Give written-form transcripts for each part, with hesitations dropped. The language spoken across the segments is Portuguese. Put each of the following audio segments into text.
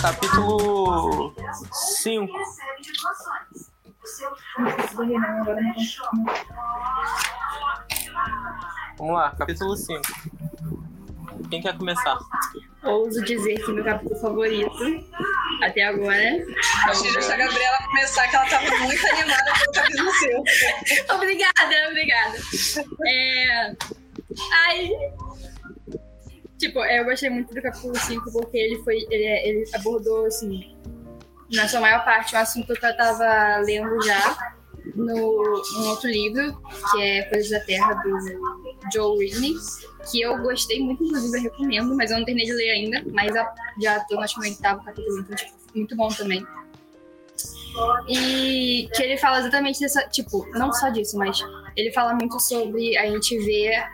capítulo 5. Vamos lá, capítulo 5. Quem quer começar? Ouso dizer que meu capítulo favorito até agora. Acho justo a Gabriela começar, que ela estava muito animada pelo capítulo 5. Obrigada. Eu gostei muito do capítulo 5 porque ele abordou, assim, na sua maior parte, um assunto que eu estava lendo já num outro livro, que é Coisas da Terra, do Joe Whitney, que eu gostei muito, inclusive eu recomendo, mas eu não terminei de ler ainda, mas já estou no 8º capítulo, então, muito bom também. E que ele fala exatamente dessa, não só disso, mas ele fala muito sobre a gente ver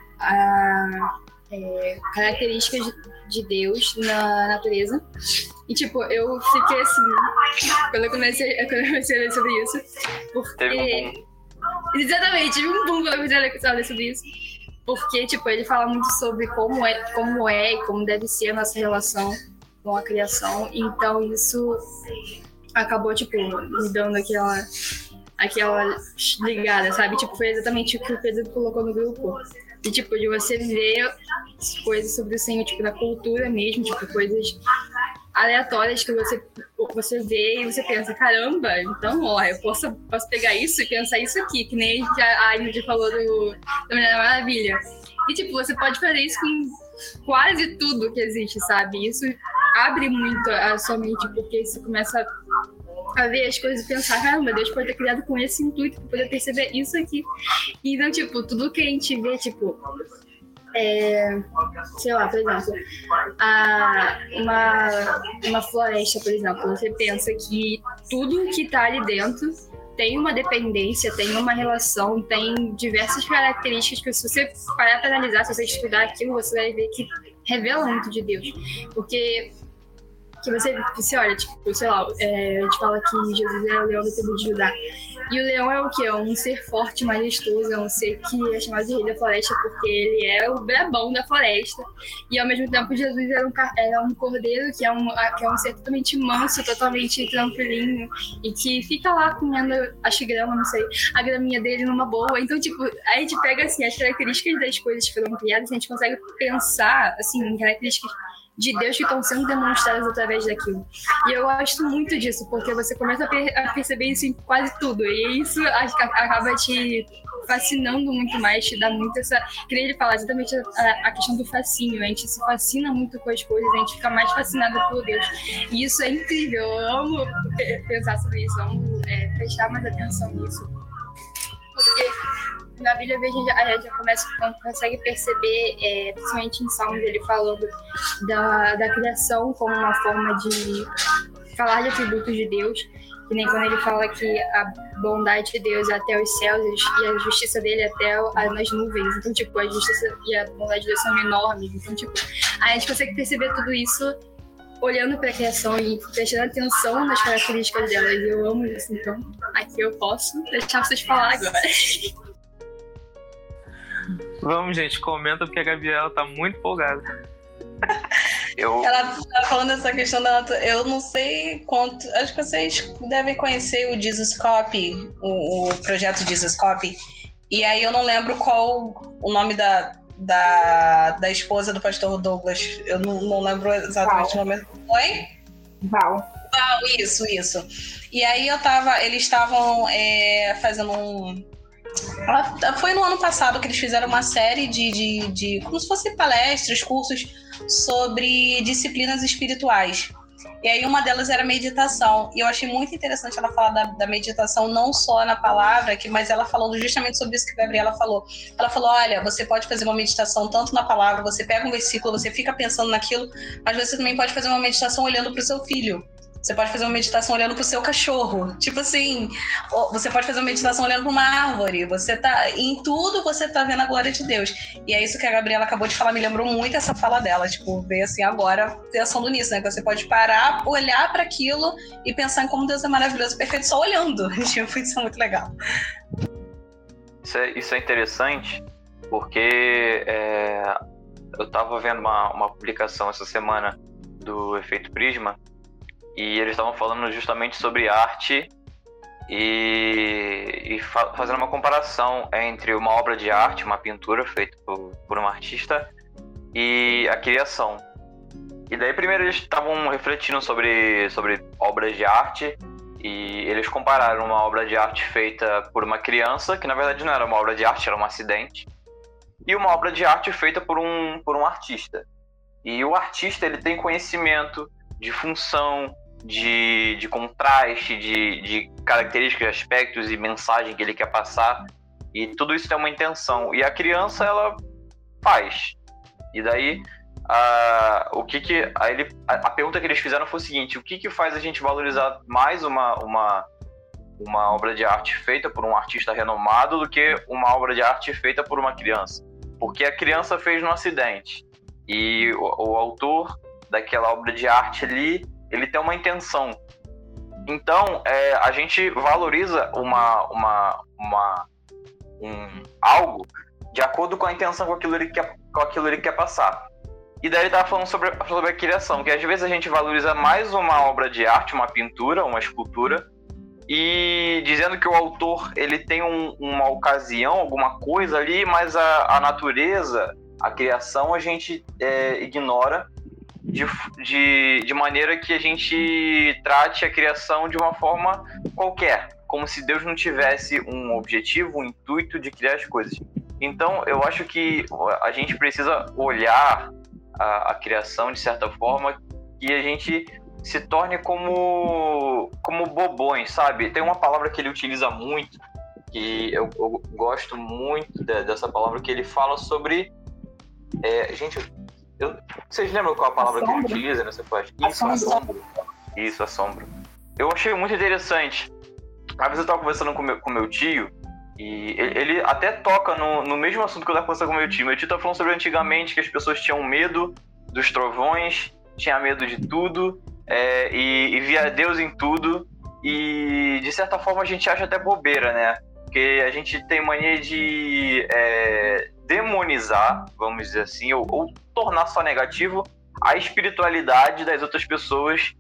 características de Deus na natureza. E, eu fiquei assim, quando eu comecei a ler sobre isso, porque... Exatamente, tive um boom quando eu comecei a ler sobre isso. Porque, ele fala muito sobre como é e como deve ser a nossa relação com a criação. Então, isso acabou, me dando aquela ligada, sabe? Foi exatamente o que o Pedro colocou no grupo. E, de você ver coisas sobre o Senhor, na cultura mesmo, coisas aleatórias que você vê e você pensa, caramba, então, eu posso pegar isso e pensar isso aqui, que nem a Ingrid falou da Mulher Maravilha. E, você pode fazer isso com quase tudo que existe, sabe? Isso abre muito a sua mente, porque você começa a ver as coisas e pensar, caramba, Deus pode ter criado com esse intuito, para poder perceber isso aqui. E não, tudo que a gente vê, sei lá, por exemplo, uma floresta, por exemplo, você pensa que tudo que está ali dentro tem uma dependência, tem uma relação, tem diversas características que, se você parar para analisar, se você estudar aquilo, você vai ver que revela muito de Deus. Porque que você olha, sei lá, a gente fala que Jesus é o leão da tribo de Judá. E o leão é o quê? É um ser forte, majestoso, é um ser que é chamado de rei da floresta porque ele é o brabão da floresta. E ao mesmo tempo Jesus era um cordeiro que é um ser totalmente manso, totalmente tranquilinho e que fica lá comendo, acho que grama, não sei, a graminha dele numa boa. Então, a gente pega assim, as características das coisas que foram criadas e a gente consegue pensar assim, em características de Deus que estão sendo demonstradas através daquilo. E eu gosto muito disso, porque você começa a perceber isso em quase tudo. E isso acaba te fascinando muito mais, te dá muito essa... Queria ele falar exatamente a questão do fascínio. A gente se fascina muito com as coisas, a gente fica mais fascinado por Deus. E isso é incrível. Eu amo pensar sobre isso, eu amo prestar mais atenção nisso. Porque na Bíblia a gente já consegue perceber, principalmente em Salmos, ele falando da criação como uma forma de falar de atributos de Deus, que nem quando ele fala que a bondade de Deus é até os céus e a justiça dele é até nas nuvens. Então, a justiça e a bondade de Deus são enormes. Então, a gente consegue perceber tudo isso olhando para a criação e prestando atenção nas características dela. E eu amo isso, então aqui eu posso deixar vocês falar agora. Vamos, gente, comenta porque a Gabriela tá muito empolgada. Ela tá falando essa questão da natureza. Eu não sei quanto. Acho que vocês devem conhecer o Jesuscope, o projeto Jesuscope. E aí eu não lembro qual o nome da esposa do pastor Douglas. Eu não lembro exatamente o nome. Oi? Val, isso. E aí eles estavam fazendo um... Foi no ano passado que eles fizeram uma série de como se fossem palestras, cursos sobre disciplinas espirituais. E aí uma delas era meditação. E eu achei muito interessante ela falar da meditação, não só na palavra, mas ela falando justamente sobre isso que a Gabriela falou. Ela falou, olha, você pode fazer uma meditação tanto na palavra, você pega um versículo, você fica pensando naquilo, mas você também pode fazer uma meditação olhando para o seu filho. Você pode fazer uma meditação olhando pro seu cachorro. Você pode fazer uma meditação olhando para uma árvore. Em tudo você tá vendo a glória de Deus. E é isso que a Gabriela acabou de falar, me lembrou muito essa fala dela. Ver assim agora, pensando nisso, né? Que você pode parar, olhar para aquilo e pensar em como Deus é maravilhoso, perfeito, só olhando. Isso é muito legal. Isso é interessante, porque eu tava vendo uma publicação essa semana do Efeito Prisma, e eles estavam falando justamente sobre arte e fazendo uma comparação entre uma obra de arte, uma pintura feita por um artista, e a criação. E daí primeiro eles estavam refletindo sobre obras de arte, e eles compararam uma obra de arte feita por uma criança, que na verdade não era uma obra de arte, era um acidente, e uma obra de arte feita por um artista. E o artista, ele tem conhecimento de função, de contraste, de características, aspectos e mensagem que ele quer passar, e tudo isso tem uma intenção. E a criança, ela faz. E daí, a pergunta que eles fizeram foi o seguinte: o que faz a gente valorizar mais uma obra de arte feita por um artista renomado do que uma obra de arte feita por uma criança? Porque a criança fez no acidente, e o autor daquela obra de arte ali, ele tem uma intenção. Então, a gente valoriza algo de acordo com a intenção, com aquilo ele quer passar. E daí ele estava falando sobre a criação, que às vezes a gente valoriza mais uma obra de arte, uma pintura, uma escultura, e dizendo que o autor, ele tem uma ocasião, alguma coisa ali, mas a natureza, a criação, a gente ignora de maneira que a gente trate a criação de uma forma qualquer, como se Deus não tivesse um objetivo, um intuito de criar as coisas. Então, eu acho que a gente precisa olhar a criação de certa forma, que a gente se torne como bobões, sabe? Tem uma palavra que ele utiliza muito, que eu gosto muito dessa palavra, que ele fala sobre... vocês lembram qual a palavra que ele utiliza nessa parte? Isso, assombro. Isso, assombro. Eu achei muito interessante. Às vezes eu estava conversando com meu tio, e ele até toca no mesmo assunto que eu estava conversando com meu tio. Meu tio estava falando sobre antigamente que as pessoas tinham medo dos trovões, tinham medo de tudo, e via Deus em tudo. E de certa forma a gente acha até bobeira, né? Porque a gente tem mania de demonizar, vamos dizer assim, ou tornar só negativo a espiritualidade das outras pessoas,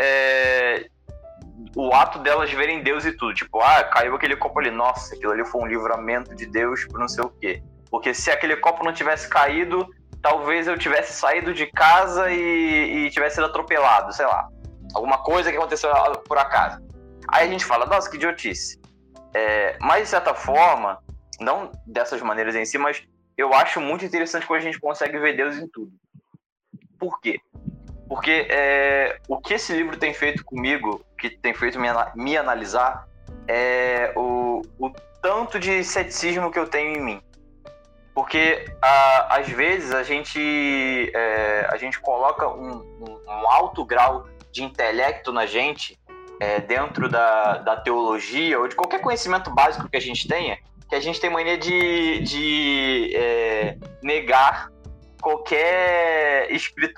o ato delas verem Deus e tudo. Tipo, caiu aquele copo ali, nossa, aquilo ali foi um livramento de Deus por não sei o quê. Porque se aquele copo não tivesse caído, talvez eu tivesse saído de casa e tivesse sido atropelado, sei lá. Alguma coisa que aconteceu por acaso. Aí a gente fala, nossa, que idiotice. Mas de certa forma, não dessas maneiras em si, mas eu acho muito interessante quando a gente consegue ver Deus em tudo. Por quê? Porque o que esse livro tem feito comigo, que tem feito me analisar, é o tanto de ceticismo que eu tenho em mim. Porque às vezes a gente coloca um alto grau de intelecto na gente, dentro da teologia ou de qualquer conhecimento básico que a gente tenha, que a gente tem mania de negar qualquer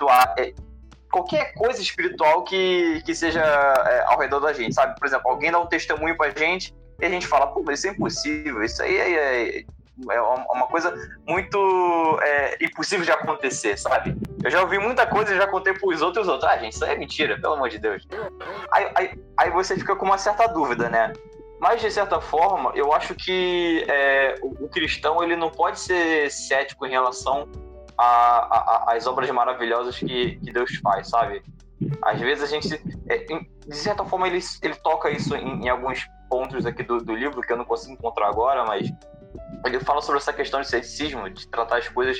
coisa espiritual que seja ao redor da gente, sabe? Por exemplo, alguém dá um testemunho pra gente e a gente fala, pô, mas isso é impossível, isso aí é uma coisa muito impossível de acontecer, sabe? Eu já ouvi muita coisa e já contei pros outros, gente, isso aí é mentira, pelo amor de Deus. Aí você fica com uma certa dúvida, né? Mas, de certa forma, eu acho que o cristão, ele não pode ser cético em relação às obras maravilhosas que Deus faz, sabe? Às vezes a gente... de certa forma, ele toca isso em alguns pontos aqui do livro, que eu não consigo encontrar agora, mas ele fala sobre essa questão de ceticismo, de tratar as coisas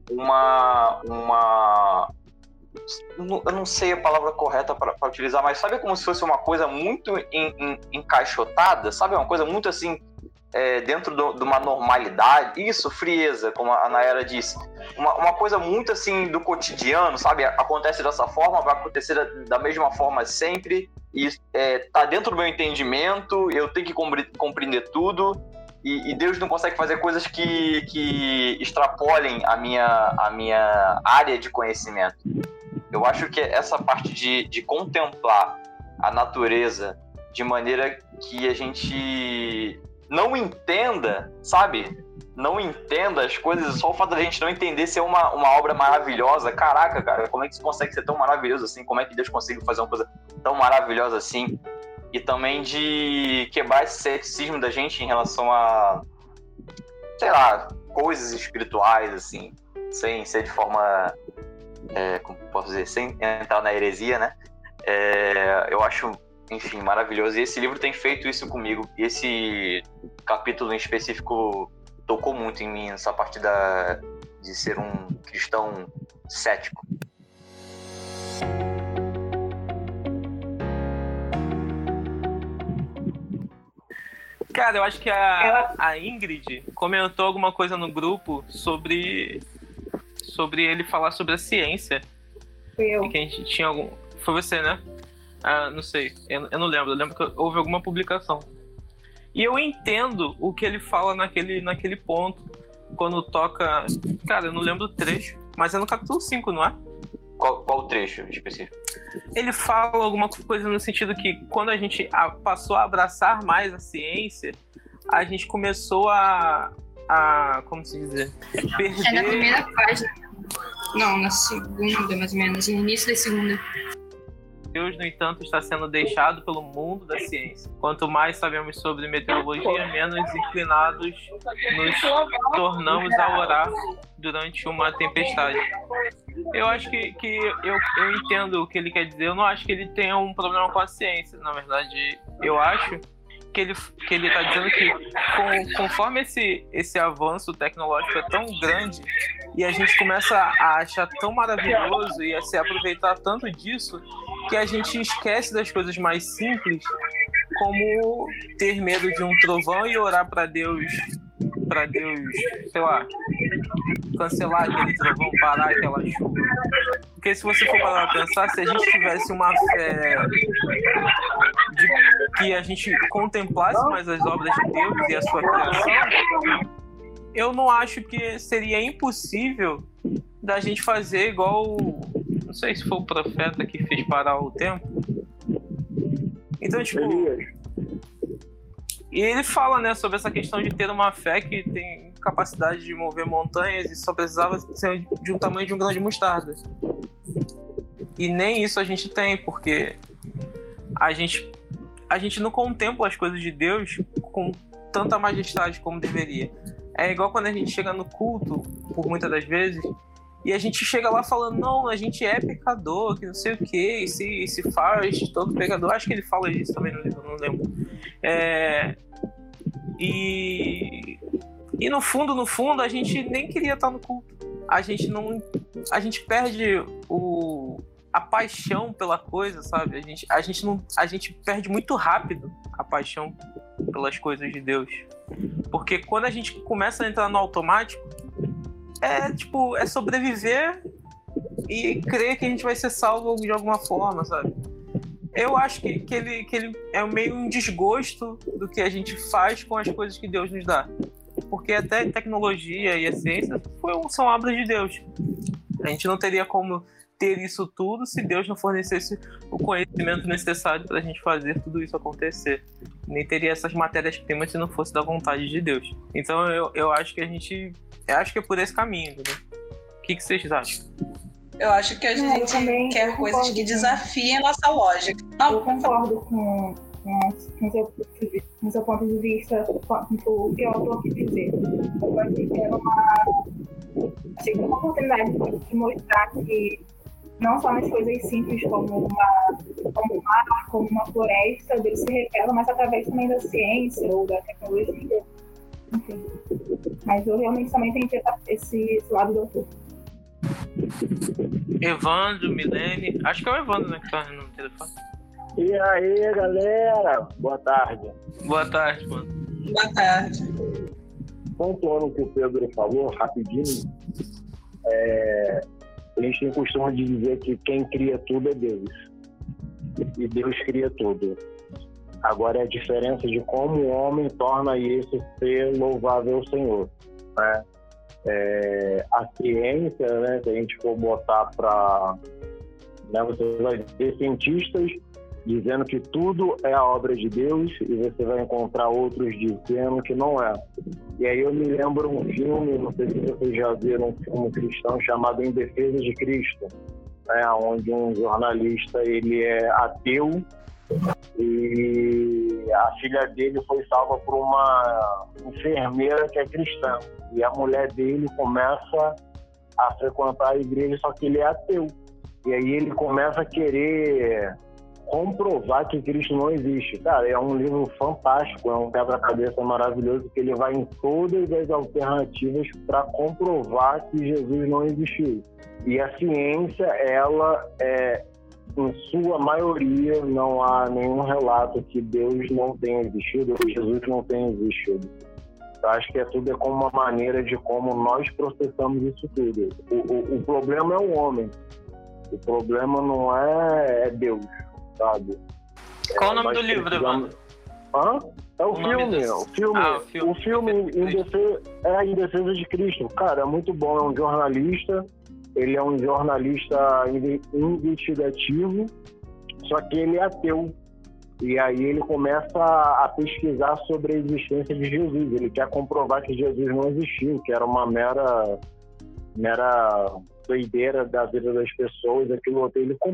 eu não sei a palavra correta para utilizar, mas sabe como se fosse uma coisa muito encaixotada, sabe? Uma coisa muito assim, dentro de uma normalidade. Isso, frieza, como a Nayara disse. Uma coisa muito assim do cotidiano, sabe? Acontece dessa forma, vai acontecer da mesma forma sempre, e tá dentro do meu entendimento, eu tenho que compreender tudo. E Deus não consegue fazer coisas que extrapolem a minha área de conhecimento. Eu acho que essa parte de contemplar a natureza de maneira que a gente não entenda, sabe? não entenda as coisas, só o fato da gente não entender ser uma obra maravilhosa. Caraca, cara, como é que isso consegue ser tão maravilhoso assim? Como é que Deus consegue fazer uma coisa tão maravilhosa assim? E também de quebrar esse ceticismo da gente em relação a, sei lá, coisas espirituais, assim, sem ser de forma, como posso dizer, sem entrar na heresia, né? Eu acho, enfim, maravilhoso. E esse livro tem feito isso comigo. E esse capítulo em específico tocou muito em mim, essa parte de ser um cristão cético. Cara, eu acho que a Ingrid comentou alguma coisa no grupo sobre ele falar sobre a ciência. Foi eu. E que a gente tinha algum... Foi você, né? Ah, não sei. Eu não lembro. Eu lembro que houve alguma publicação. E eu entendo o que ele fala naquele ponto. Quando toca... Cara, eu não lembro o trecho. Mas é no capítulo 5, não é? Qual trecho específico? Ele fala alguma coisa no sentido que quando a gente passou a abraçar mais a ciência, a gente começou a como se dizer? Perder... É na primeira página. Não, na segunda, mais ou menos. No início da segunda. Deus, no entanto, está sendo deixado pelo mundo da ciência. Quanto mais sabemos sobre meteorologia, menos inclinados nos tornamos a orar durante uma tempestade. Eu acho que eu entendo o que ele quer dizer. Eu não acho que ele tenha um problema com a ciência. Na verdade, eu acho que ele está dizendo que conforme esse avanço tecnológico é tão grande e a gente começa a achar tão maravilhoso e a se aproveitar tanto disso, que a gente esquece das coisas mais simples, como ter medo de um trovão e orar para Deus, sei lá, cancelar aquele trovão, parar aquela chuva. Porque se você for parar pra pensar, se a gente tivesse uma fé de que a gente contemplasse mais as obras de Deus e a sua criação, eu não acho que seria impossível da gente fazer igual, não sei se foi o profeta que fez parar o tempo. Então, tipo, e ele fala, né, sobre essa questão de ter uma fé que tem capacidade de mover montanhas e só precisava ser de um tamanho de um grão de mostarda. E nem isso a gente tem, porque a gente não contempla as coisas de Deus com tanta majestade como deveria. É igual quando a gente chega no culto, por muitas das vezes, e a gente chega lá falando, não, a gente é pecador, que não sei o que, e se faz todo pecador. Acho que ele fala isso também no livro, não lembro. E no fundo, a gente nem queria estar no culto. A gente perde a paixão pela coisa, sabe? A gente perde muito rápido a paixão pelas coisas de Deus. Porque quando a gente começa a entrar no automático, é sobreviver e crer que a gente vai ser salvo de alguma forma, sabe? Eu acho que ele é meio um desgosto do que a gente faz com as coisas que Deus nos dá. Porque até a tecnologia e a ciência são obras de Deus. A gente não teria como ter isso tudo se Deus não fornecesse o conhecimento necessário para a gente fazer tudo isso acontecer. Nem teria essas matérias-primas se não fosse da vontade de Deus. Então eu acho que eu acho que é por esse caminho, entendeu? O que vocês acham? Eu acho que a gente quer coisas que desafiem a nossa lógica. Eu concordo com o seu ponto de vista, com o que o autor quis dizer. Eu achei que era uma oportunidade de mostrar que não só nas coisas simples como um mar, como uma floresta, Deus se revela, mas através também da ciência ou da tecnologia. Enfim. Mas eu realmente também entendi esse lado do autor. Evandro, Milene, acho que é o Evandro, né, que tá no telefone. E aí, galera? Boa tarde. Boa tarde, mano. Boa tarde. Pontuando o que o Pedro falou, rapidinho, a gente tem costume de dizer que quem cria tudo é Deus. E Deus cria tudo. Agora é a diferença de como o homem torna isso ser louvável ao Senhor, né? A ciência, né, se a gente for botar para... Né, você vai ver cientistas dizendo que tudo é a obra de Deus, e você vai encontrar outros dizendo que não é. E aí eu me lembro um filme, não sei se vocês já viram, um filme cristão chamado Em Defesa de Cristo, né, onde um jornalista, ele é ateu, e a filha dele foi salva por uma enfermeira que é cristã, e a mulher dele começa a frequentar a igreja, só que ele é ateu, e aí ele começa a querer comprovar que Cristo não existe. Cara, é um livro fantástico, é um quebra-cabeça maravilhoso, que ele vai em todas as alternativas para comprovar que Jesus não existiu. E a ciência, ela em sua maioria, não há nenhum relato que Deus não tenha existido ou que Jesus não tenha existido. Eu acho que tudo é como uma maneira de como nós processamos isso tudo. O problema é o homem. O problema não é Deus, sabe? Qual o nome do livro, Evandro? É o filme. O filme Em Defesa de Cristo. Cara, é muito bom. É um jornalista. Ele é um jornalista investigativo, só que ele é ateu. E aí ele começa a pesquisar sobre a existência de Jesus. Ele quer comprovar que Jesus não existiu, que era uma mera doideira da vida das pessoas. Aquilo outro. Ele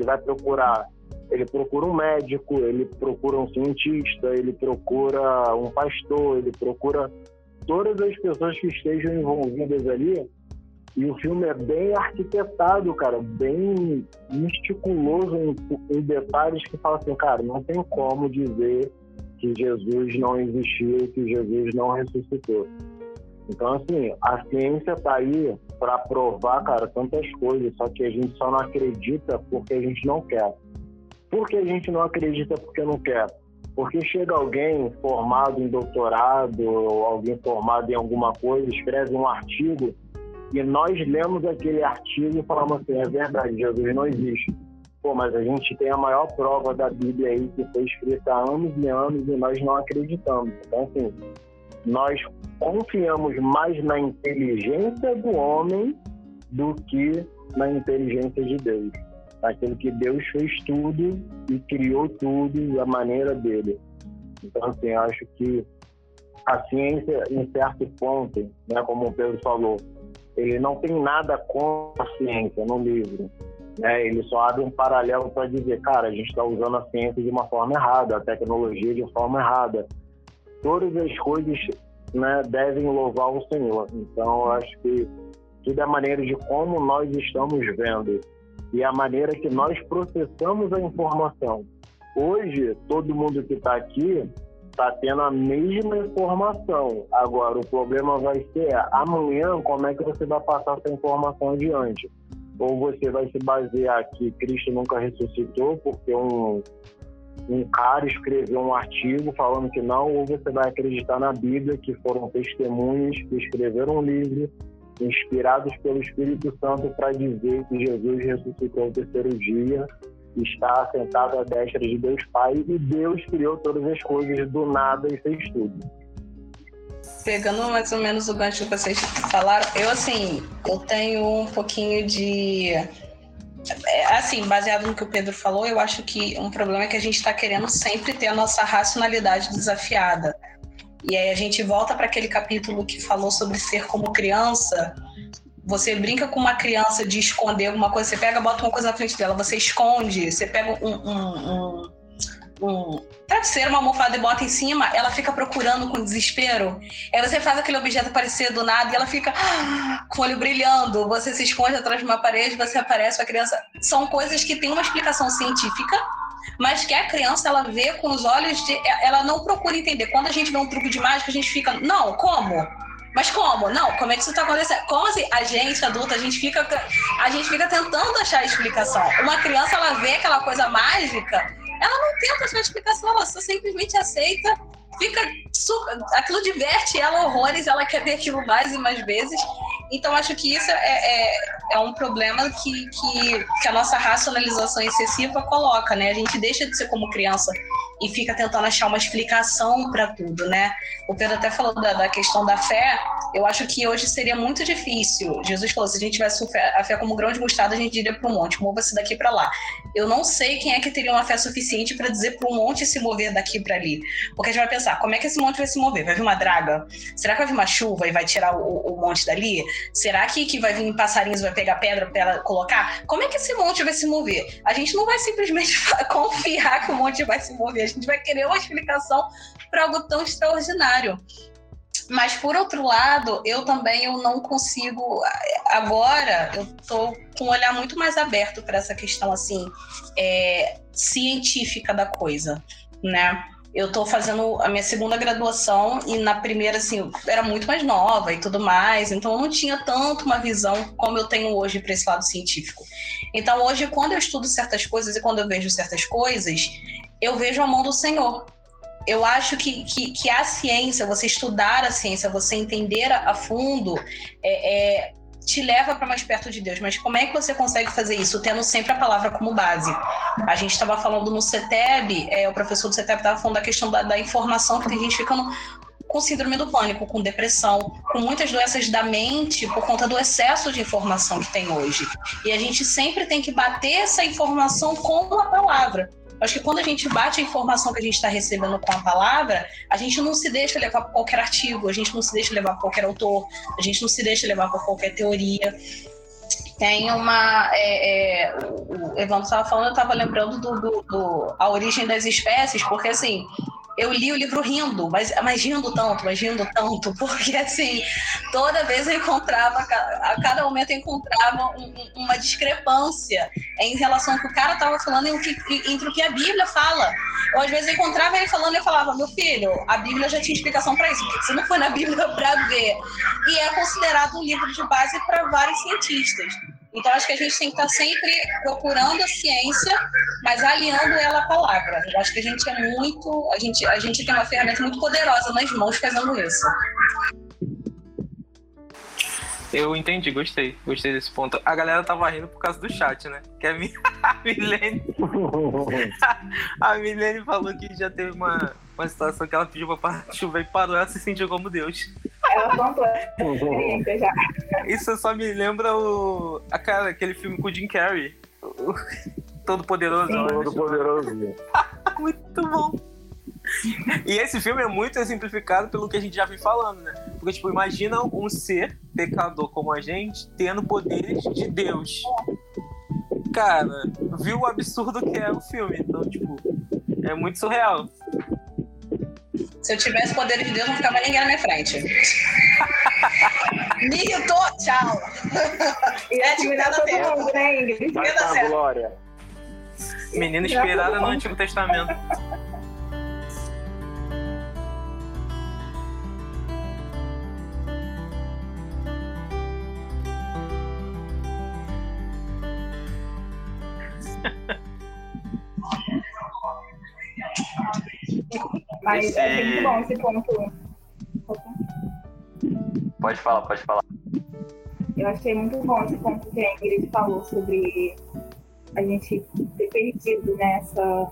procura um médico, ele procura um cientista, ele procura um pastor, ele procura todas as pessoas que estejam envolvidas ali. E o filme é bem arquitetado, cara, bem meticuloso em detalhes que fala assim, cara, não tem como dizer que Jesus não existiu, que Jesus não ressuscitou. Então, assim, a ciência tá aí para provar, cara, tantas coisas, só que a gente só não acredita porque a gente não quer. Por que a gente não acredita porque não quer? Porque chega alguém formado em doutorado, ou alguém formado em alguma coisa, escreve um artigo, e nós lemos aquele artigo e falamos assim, é verdade, Jesus não existe. Pô, mas a gente tem a maior prova da Bíblia aí que foi escrita há anos e anos e nós não acreditamos. Então, assim, nós confiamos mais na inteligência do homem do que na inteligência de Deus. Naquilo que Deus fez tudo e criou tudo da maneira dele. Então, assim, eu acho que a ciência, em certo ponto, né, como o Pedro falou, ele não tem nada contra a ciência no livro, né? Ele só abre um paralelo para dizer, cara, a gente está usando a ciência de uma forma errada, a tecnologia de uma forma errada. Todas as coisas, né, devem louvar o Senhor. Então, eu acho que tudo é a maneira de como nós estamos vendo e a maneira que nós processamos a informação. Hoje, todo mundo que está aqui está tendo a mesma informação. Agora, o problema vai ser amanhã, como é que você vai passar essa informação adiante? Ou você vai se basear que Cristo nunca ressuscitou porque um cara escreveu um artigo falando que não, ou você vai acreditar na Bíblia, que foram testemunhas que escreveram um livro inspirados pelo Espírito Santo para dizer que Jesus ressuscitou no terceiro dia, está sentado à destra de Deus Pai, e Deus criou todas as coisas do nada e fez tudo. Pegando mais ou menos o gancho que vocês falaram, eu tenho um pouquinho de... Assim, baseado no que o Pedro falou, eu acho que um problema é que a gente está querendo sempre ter a nossa racionalidade desafiada. E aí a gente volta para aquele capítulo que falou sobre ser como criança. Você brinca com uma criança de esconder alguma coisa, você pega, bota uma coisa na frente dela, você esconde, você pega um travesseiro, uma almofada e bota em cima, ela fica procurando com desespero. Aí você faz aquele objeto aparecer do nada e ela fica com o olho brilhando. Você se esconde atrás de uma parede, você aparece com a criança. São coisas que têm uma explicação científica, mas que a criança, ela vê com os olhos de... Ela não procura entender. Quando a gente vê um truque de mágica, a gente fica... Não, como? Mas como? Não, como é que isso está acontecendo? Como assim? A gente, adulta, a gente fica tentando achar a explicação. Uma criança, ela vê aquela coisa mágica, ela não tenta achar a explicação, ela só simplesmente aceita, aquilo diverte ela horrores, ela quer ver aquilo mais e mais vezes. Então, acho que isso é um problema que a nossa racionalização excessiva coloca, né? A gente deixa de ser como criança e fica tentando achar uma explicação para tudo, né? O Pedro até falou da questão da fé. Eu acho que hoje seria muito difícil. Jesus falou, se a gente tivesse a fé como grão de mostarda, a gente diria para o monte, mova-se daqui para lá. Eu não sei quem é que teria uma fé suficiente para dizer para o monte se mover daqui para ali. Porque a gente vai pensar, como é que esse monte vai se mover? Vai vir uma draga? Será que vai vir uma chuva e vai tirar o monte dali? Será que vai vir passarinhos e vai pegar pedra para ela colocar? Como é que esse monte vai se mover? A gente não vai simplesmente confiar que o monte vai se mover. A gente vai querer uma explicação para algo tão extraordinário. Mas, por outro lado, eu não consigo... Agora, eu estou com um olhar muito mais aberto para essa questão, assim, científica da coisa, né? Eu estou fazendo a minha segunda graduação e na primeira, assim, eu era muito mais nova e tudo mais, então eu não tinha tanto uma visão como eu tenho hoje para esse lado científico. Então, hoje, quando eu estudo certas coisas e quando eu vejo certas coisas, eu vejo a mão do Senhor. Eu acho que a ciência, você estudar a ciência, você entender a fundo, te leva para mais perto de Deus. Mas como é que você consegue fazer isso? Tendo sempre a palavra como base. A gente estava falando no CETEB, o professor do CETEB estava falando da questão da informação, que tem gente ficando com síndrome do pânico, com depressão, com muitas doenças da mente por conta do excesso de informação que tem hoje. E a gente sempre tem que bater essa informação com a palavra. Acho que quando a gente bate a informação que a gente está recebendo com a palavra, a gente não se deixa levar por qualquer artigo, a gente não se deixa levar por qualquer autor, a gente não se deixa levar por qualquer teoria. Tem uma... o Evandro estava falando, eu estava lembrando A Origem das Espécies, porque assim... Eu li o livro rindo, mas rindo tanto, porque assim, toda vez eu encontrava, a cada momento eu encontrava uma discrepância em relação ao que o cara estava falando entre o que a Bíblia fala. Eu às vezes encontrava ele falando e eu falava, meu filho, a Bíblia já tinha explicação para isso, porque você não foi na Bíblia para ver. E é considerado um livro de base para vários cientistas. Então, acho que a gente tem que estar sempre procurando a ciência, mas aliando ela à palavra. Eu acho que a gente a gente tem uma ferramenta muito poderosa nas mãos fazendo isso. Eu entendi, gostei desse ponto. A galera tava rindo por causa do chat, né? Que a Milene falou que já teve uma situação que ela pediu pra parar de chover e parou, ela se sentiu como Deus. Ela contou a experiência já. Isso só me lembra aquele filme com o Jim Carrey. Todo Poderoso. Sim, Todo Poderoso. Muito bom. E esse filme é muito exemplificado pelo que a gente já vem falando, né? Porque, tipo, imagina um ser pecador como a gente tendo poderes de Deus. Cara, viu o absurdo que é o filme. Então, tipo, é muito surreal. Se eu tivesse poder de Deus, não ficava ninguém na minha frente. Me irritou, tchau. E atividade todo mundo, né, Ingrid? Vai com a glória. Menina inspirada no Antigo Testamento. Mas é muito bom esse ponto. Pode falar. Eu achei muito bom esse ponto que a Ingrid falou sobre a gente ter perdido, né,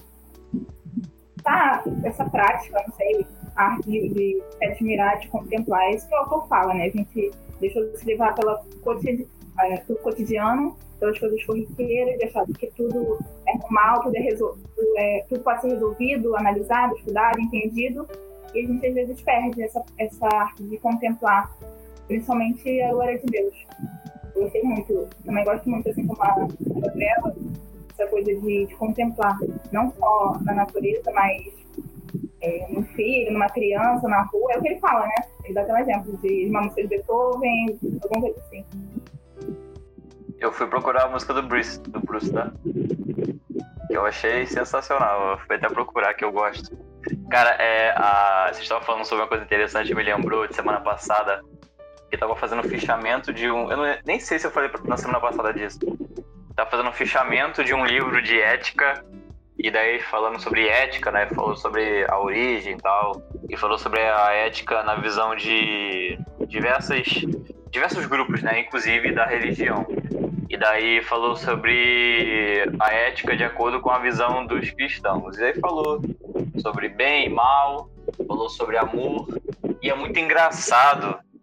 essa prática, não sei, a arte de se admirar, de contemplar. É isso que o autor fala, né? A gente deixou de se levar pelo cotidiano, pelas coisas corriqueiras, de achar que tudo é normal, tudo pode ser resolvido, analisado, estudado, entendido, e a gente às vezes perde essa arte de contemplar, principalmente a glória de Deus. Eu gostei muito, também gosto muito, assim como a Gabriela, essa coisa de contemplar, não só na natureza, mas no filho, numa criança, na rua, é o que ele fala, né? Ele dá até um exemplo de uma música de Beethoven, alguma coisa assim. Eu fui procurar a música do Bruce, tá? Que eu achei sensacional. Eu fui até procurar, que eu gosto. Cara, vocês estavam falando sobre uma coisa interessante, me lembrou de semana passada, que tava fazendo fichamento de um... nem sei se eu falei na semana passada disso. Tava fazendo um fichamento de um livro de ética, e daí falando sobre ética, né? Falou sobre a origem e tal, e falou sobre a ética na visão de diversos grupos, né? Inclusive da religião. E daí falou sobre a ética de acordo com a visão dos cristãos. E aí falou sobre bem e mal, falou sobre amor. E é muito engraçado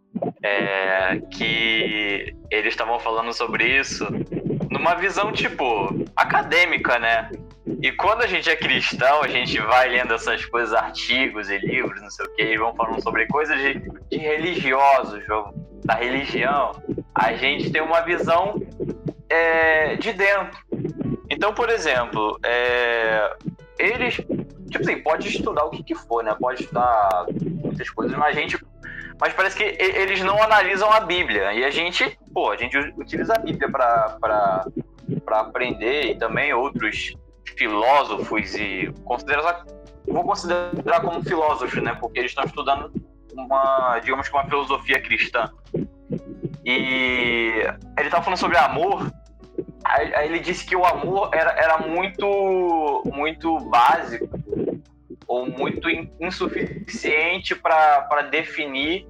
que eles estavam falando sobre isso numa visão, tipo, acadêmica, né? E quando a gente é cristão, a gente vai lendo essas coisas, artigos e livros, não sei o que, eles vão falando sobre coisas de religiosos, da religião, a gente tem uma visão de dentro. Então, por exemplo, eles, tipo assim, pode estudar o que for, né? Pode estudar muitas coisas, mas parece que eles não analisam a Bíblia. E a gente utiliza a Bíblia para aprender, e também outros filósofos, e vou considerar como filósofos, né? Porque eles estão estudando uma filosofia cristã. E ele estava falando sobre amor. Aí ele disse que o amor era muito, muito básico ou muito insuficiente para definir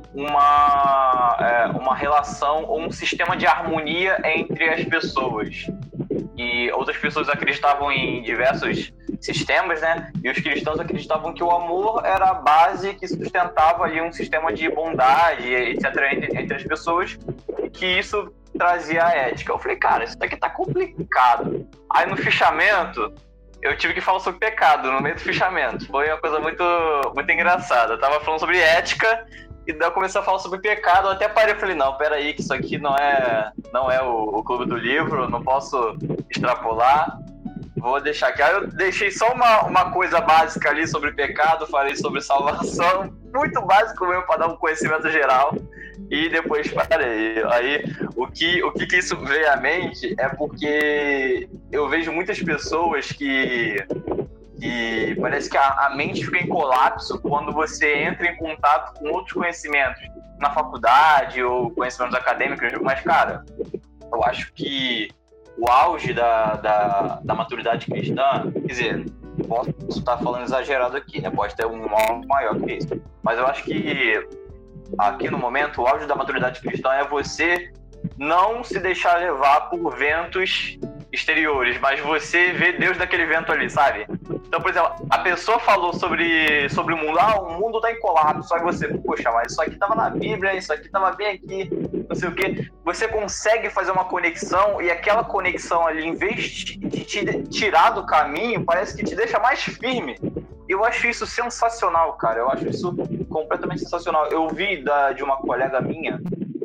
uma relação ou um sistema de harmonia entre as pessoas. E outras pessoas acreditavam em diversos sistemas, né? E os cristãos acreditavam que o amor era a base que sustentava ali um sistema de bondade, etc., entre as pessoas, e que isso trazia a ética. Eu falei, cara, isso daqui tá complicado. Aí no fichamento, eu tive que falar sobre pecado no meio do fichamento. Foi uma coisa muito, muito engraçada. Eu tava falando sobre ética, e daí eu comecei a falar sobre pecado. Eu até parei e falei, não, peraí, que isso aqui não é o clube do livro, eu não posso extrapolar. Vou deixar aqui. Aí eu deixei só uma coisa básica ali sobre pecado, falei sobre salvação, muito básico mesmo para dar um conhecimento geral, e depois parei. Aí o que isso veio à mente é porque eu vejo muitas pessoas que parece que a mente fica em colapso quando você entra em contato com outros conhecimentos na faculdade ou conhecimentos acadêmicos, mas, cara, eu acho que o auge da maturidade cristã, quer dizer, posso estar falando exagerado aqui, né? Pode ter um auge maior que isso, mas eu acho que aqui no momento o auge da maturidade cristã é você não se deixar levar por ventos exteriores, mas você vê Deus daquele vento ali, sabe? Então, por exemplo, a pessoa falou sobre o mundo, o mundo tá em colapso, só que você, poxa, mas isso aqui tava na Bíblia, isso aqui tava bem aqui, não sei o quê. Você consegue fazer uma conexão, e aquela conexão ali, em vez de te tirar do caminho, parece que te deixa mais firme. Eu acho isso sensacional, cara. Eu acho isso completamente sensacional. Eu vi de uma colega minha,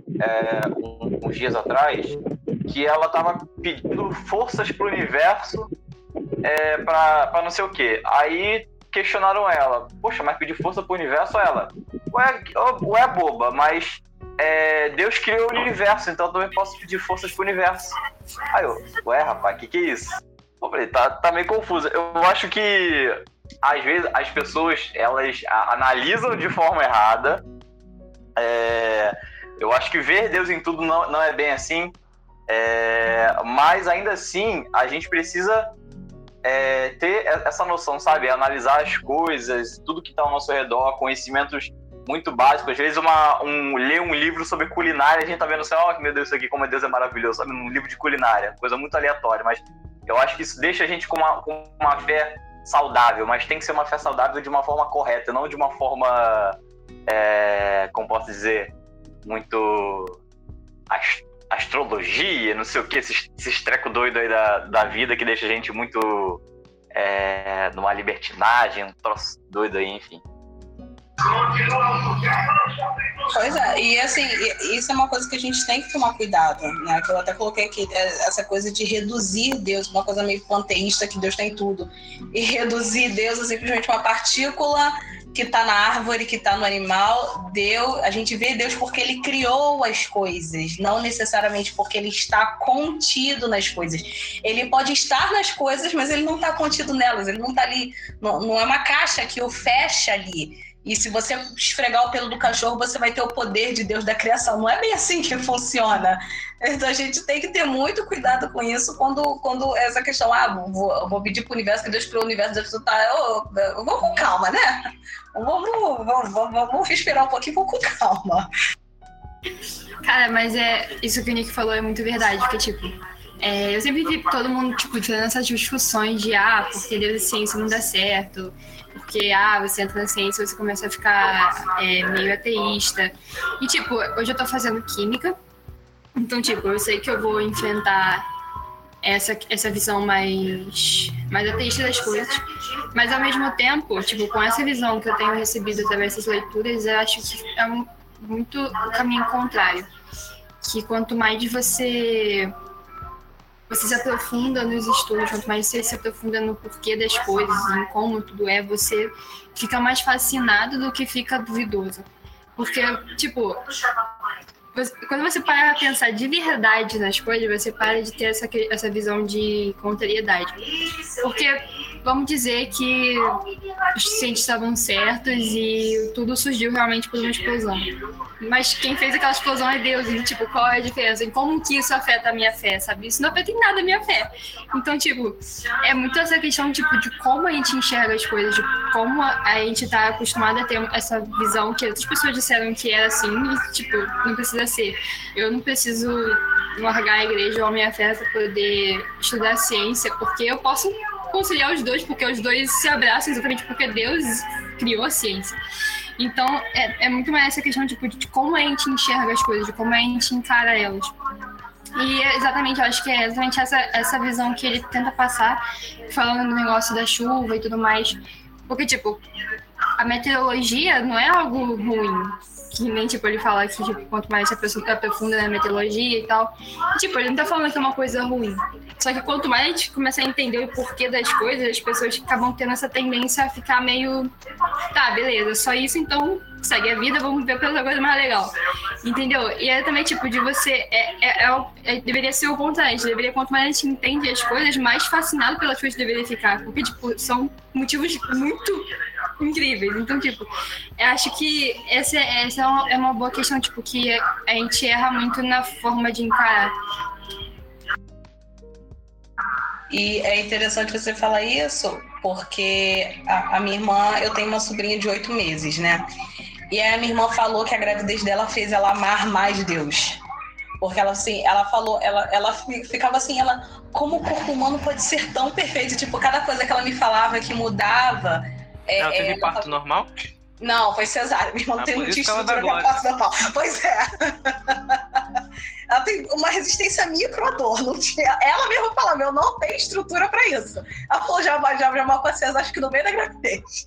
uns dias atrás, que ela tava pedindo forças pro universo pra não sei o quê. Aí questionaram ela, poxa, mas pedir força pro universo? Ela, ué boba, mas Deus criou o universo, então eu também posso pedir forças pro universo. Aí eu, rapaz, que é isso? Eu falei, tá meio confuso. Eu acho que às vezes as pessoas, elas analisam de forma errada. Eu acho que ver Deus em tudo não é bem assim. Mas ainda assim a gente precisa ter essa noção, sabe? Analisar as coisas, tudo que está ao nosso redor, conhecimentos muito básicos. Às vezes ler um livro sobre culinária, a gente tá vendo assim, meu Deus, isso aqui, como Deus é maravilhoso, sabe? Um livro de culinária, coisa muito aleatória, mas eu acho que isso deixa a gente com uma fé saudável, mas tem que ser uma fé saudável de uma forma correta, não de uma forma, como posso dizer, muito astrologia, não sei o que, esses treco doido aí da vida que deixa a gente muito numa libertinagem, um troço doido aí, enfim. Pois e assim, isso é uma coisa que a gente tem que tomar cuidado, né? Que eu até coloquei aqui, essa coisa de reduzir Deus, uma coisa meio panteísta, que Deus tem tudo, e reduzir Deus a simplesmente uma partícula que está na árvore, que está no animal. A gente vê Deus porque ele criou as coisas, não necessariamente porque ele está contido nas coisas. Ele pode estar nas coisas, mas ele não está contido nelas, ele não está ali, não é uma caixa que o fecha ali. E se você esfregar o pelo do cachorro, você vai ter o poder de Deus da criação. Não é bem assim que funciona. Então a gente tem que ter muito cuidado com isso quando essa questão, vou pedir pro universo, que Deus criou o universo, Deus tá, vamos com calma, né? Vamos respirar um pouquinho, vamos com calma. Cara, mas isso que o Nick falou é muito verdade, porque, tipo, eu sempre vi todo mundo, tipo, tendo essas discussões de, porque Deus e ciência não dá certo, porque, você entra na ciência e você começa a ficar meio ateísta. E, tipo, hoje eu tô fazendo química, então, tipo, eu sei que eu vou enfrentar essa visão mais ateísta das coisas, mas ao mesmo tempo, tipo, com essa visão que eu tenho recebido através dessas leituras, eu acho que é muito o caminho contrário, que quanto mais você se aprofunda nos estudos, quanto mais você se aprofunda no porquê das coisas, em como tudo é, você fica mais fascinado do que fica duvidoso, porque, tipo, quando você para pra pensar de verdade nas coisas, você para de ter essa visão de contrariedade. Porque vamos dizer que os cientistas estavam certos e tudo surgiu realmente por uma explosão. Mas quem fez aquela explosão é Deus. E, tipo, qual é a diferença? Em como que isso afeta a minha fé, sabe? Isso não afeta em nada a minha fé. Então, tipo, é muito essa questão, tipo, de como a gente enxerga as coisas, de como a gente tá acostumado a ter essa visão que outras pessoas disseram que era assim e, tipo, não precisa ser. Eu não preciso largar a igreja ou a minha fé para poder estudar ciência, porque eu posso conciliar os dois, porque os dois se abraçam exatamente porque Deus criou a ciência. Então, é muito mais essa questão, tipo, de como a gente enxerga as coisas, de como a gente encara elas. E exatamente, eu acho que é exatamente essa visão que ele tenta passar, falando do negócio da chuva e tudo mais. Porque, tipo, a meteorologia não é algo ruim. Que nem, tipo, ele fala que, tipo, quanto mais a pessoa tá aprofunda na meteorologia e tal. Tipo, ele não tá falando que é uma coisa ruim. Só que quanto mais a gente começa a entender o porquê das coisas, as pessoas acabam tendo essa tendência a ficar meio... Tá, beleza, só isso, então segue a vida, vamos ver pela coisa mais legal. Entendeu? E é também, tipo, de você... deveria ser o contrário. Deveria, quanto mais a gente entende as coisas, mais fascinado pelas coisas deveria ficar. Porque, tipo, são motivos muito incríveis. Então, tipo, eu acho que essa é uma boa questão, tipo, que a gente erra muito na forma de encarar. E é interessante você falar isso, porque a minha irmã, eu tenho uma sobrinha de 8 meses, né? E aí a minha irmã falou que a gravidez dela fez ela amar mais Deus. Porque ela, assim, ela falou, ela ficava assim, como o corpo humano pode ser tão perfeito? Tipo, cada coisa que ela me falava que mudava... Ela teve parto normal? Não, foi cesárea. Minha irmã não tinha estrutura pra parto normal. Pois é. Ela tem uma resistência micro à dor. Não tinha... Ela mesma fala, eu não tenho estrutura pra isso. Ela falou, já marcou a cesárea, acho que no meio da gravidez.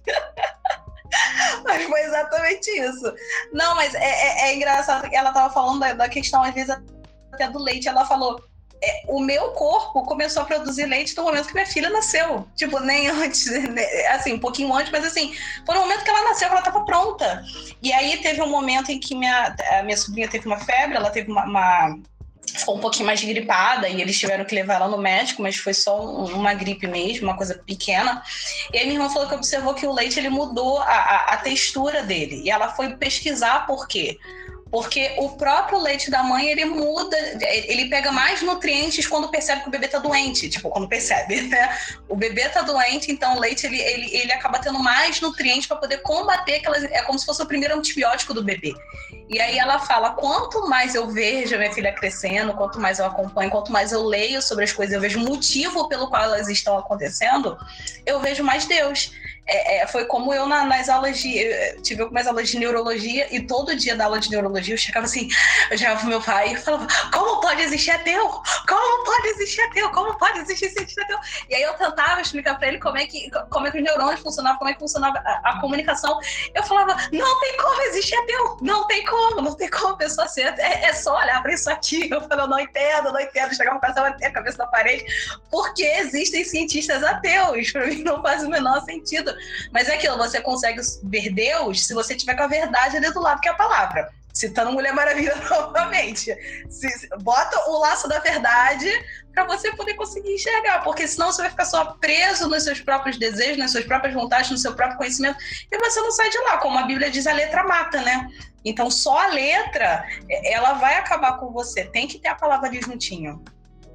Mas foi exatamente isso. Não, mas é engraçado. Ela tava falando da questão, às vezes, até do leite. Ela falou... o meu corpo começou a produzir leite no momento que minha filha nasceu. Tipo, nem antes, assim, um pouquinho antes, mas assim, foi no momento que ela nasceu, que ela estava pronta. E aí teve um momento em que a minha sobrinha teve uma febre, ela teve ficou um pouquinho mais gripada e eles tiveram que levar ela no médico, mas foi só uma gripe mesmo, uma coisa pequena. E aí minha irmã falou que observou que o leite, ele mudou a textura dele. E ela foi pesquisar por quê. Porque o próprio leite da mãe, ele muda, ele pega mais nutrientes quando percebe que o bebê tá doente. Tipo, quando percebe, né? O bebê tá doente, então o leite, ele acaba tendo mais nutrientes para poder combater aquelas... É como se fosse o primeiro antibiótico do bebê. E aí ela fala, quanto mais eu vejo a minha filha crescendo, quanto mais eu acompanho, quanto mais eu leio sobre as coisas, eu vejo o motivo pelo qual elas estão acontecendo, eu vejo mais Deus. Foi como eu nas aulas tive algumas aulas de neurologia e todo dia da aula de neurologia eu chegava assim, eu chegava pro meu pai e falava, como pode existir ateu? Como pode existir ateu? Como pode existir cientista ateu? E aí eu tentava explicar pra ele como é que os neurônios funcionavam, como é que funcionava a comunicação. Eu falava, não tem como existir ateu, não tem como a pessoa ser, é só olhar pra isso aqui. Eu falava, eu não entendo, chegava pra bater a cabeça na parede, porque existem cientistas ateus, pra mim não faz o menor sentido. Mas é aquilo, você consegue ver Deus se você tiver com a verdade ali do lado, que é a palavra. Citando Mulher Maravilha novamente. Bota o laço da verdade para você poder conseguir enxergar, porque senão você vai ficar só preso nos seus próprios desejos, nas suas próprias vontades, no seu próprio conhecimento, e você não sai de lá. Como a Bíblia diz, a letra mata, né? Então só a letra, ela vai acabar com você. Tem que ter a palavra ali juntinho.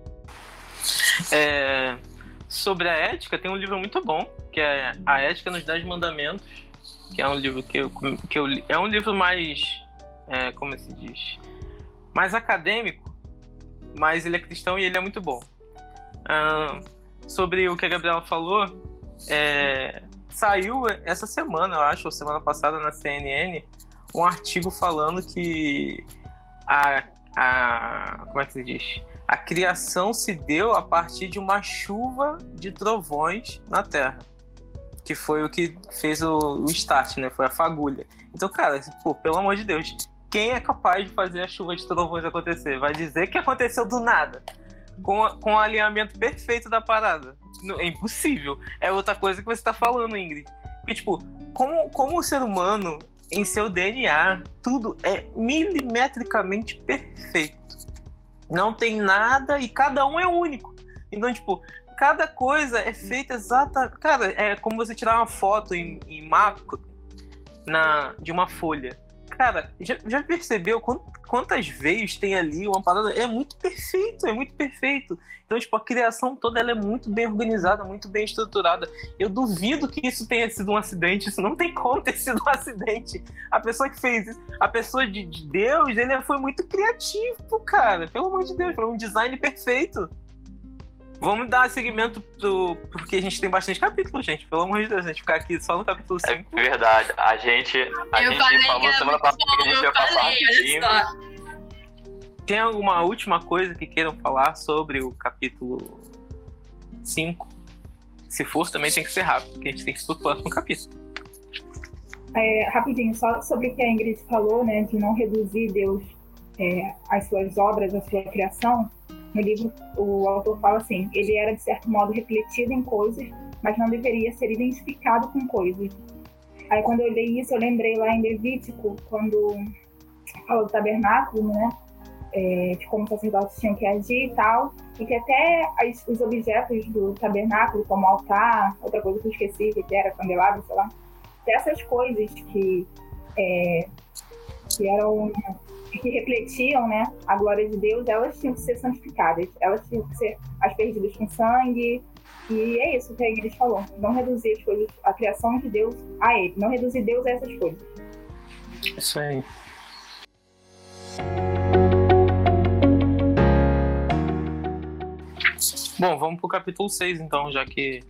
Sobre a ética, tem um livro muito bom, que é A Ética nos 10 Mandamentos, que é um livro que eu li. É um livro mais, como se diz, mais acadêmico, mas ele é cristão e ele é muito bom. Sobre o que a Gabriela falou, saiu essa semana, eu acho, ou semana passada na CNN, um artigo falando que como é que se diz? A criação se deu a partir de uma chuva de trovões na Terra. Que foi o que fez o start, né? Foi a fagulha. Então, cara, pô, pelo amor de Deus, quem é capaz de fazer a chuva de trovões acontecer? Vai dizer que aconteceu do nada. Com o alinhamento perfeito da parada. É impossível. É outra coisa que você tá falando, Ingrid. Porque, tipo, como o ser humano, em seu DNA, tudo é milimetricamente perfeito. Não tem nada e cada um é único. Então, tipo, cada coisa é feita exata... Cara, é como você tirar uma foto em macro de uma folha. Cara, já percebeu quantas veias tem ali uma parada? É muito perfeito, é muito perfeito. Então, tipo, a criação toda ela é muito bem organizada, muito bem estruturada. Eu duvido que isso tenha sido um acidente. Isso não tem como ter sido um acidente. A pessoa que fez isso, a pessoa de Deus, ele foi muito criativo, cara. Pelo amor de Deus, foi um design perfeito. Vamos dar seguimento porque a gente tem bastante capítulos, gente. Pelo amor de Deus, a gente ficar aqui só no capítulo 5. É verdade. A gente falou semana passada que a gente ia passar rapidinho. Tem alguma última coisa que queiram falar sobre o capítulo 5? Se for, também tem que ser rápido, porque a gente tem que ir pro próximo capítulo. Rapidinho, só sobre o que a Ingrid falou, né, de não reduzir Deus às suas obras, à sua criação. No livro, o autor fala assim: ele era, de certo modo, refletido em coisas, mas não deveria ser identificado com coisas. Aí, quando eu li isso, eu lembrei lá em Levítico, quando fala do tabernáculo, né? De como os sacerdotes tinham que agir e tal, e que até os objetos do tabernáculo, como altar, outra coisa que eu esqueci, que era candelabro, sei lá, essas coisas que refletiam, né, a glória de Deus, elas tinham que ser santificadas, elas tinham que ser aspergidas com sangue, e é isso que a Igreja falou: não reduzir as coisas, a criação de Deus a ele, não reduzir Deus a essas coisas. Isso aí. Bom, vamos pro capítulo 6 então, já que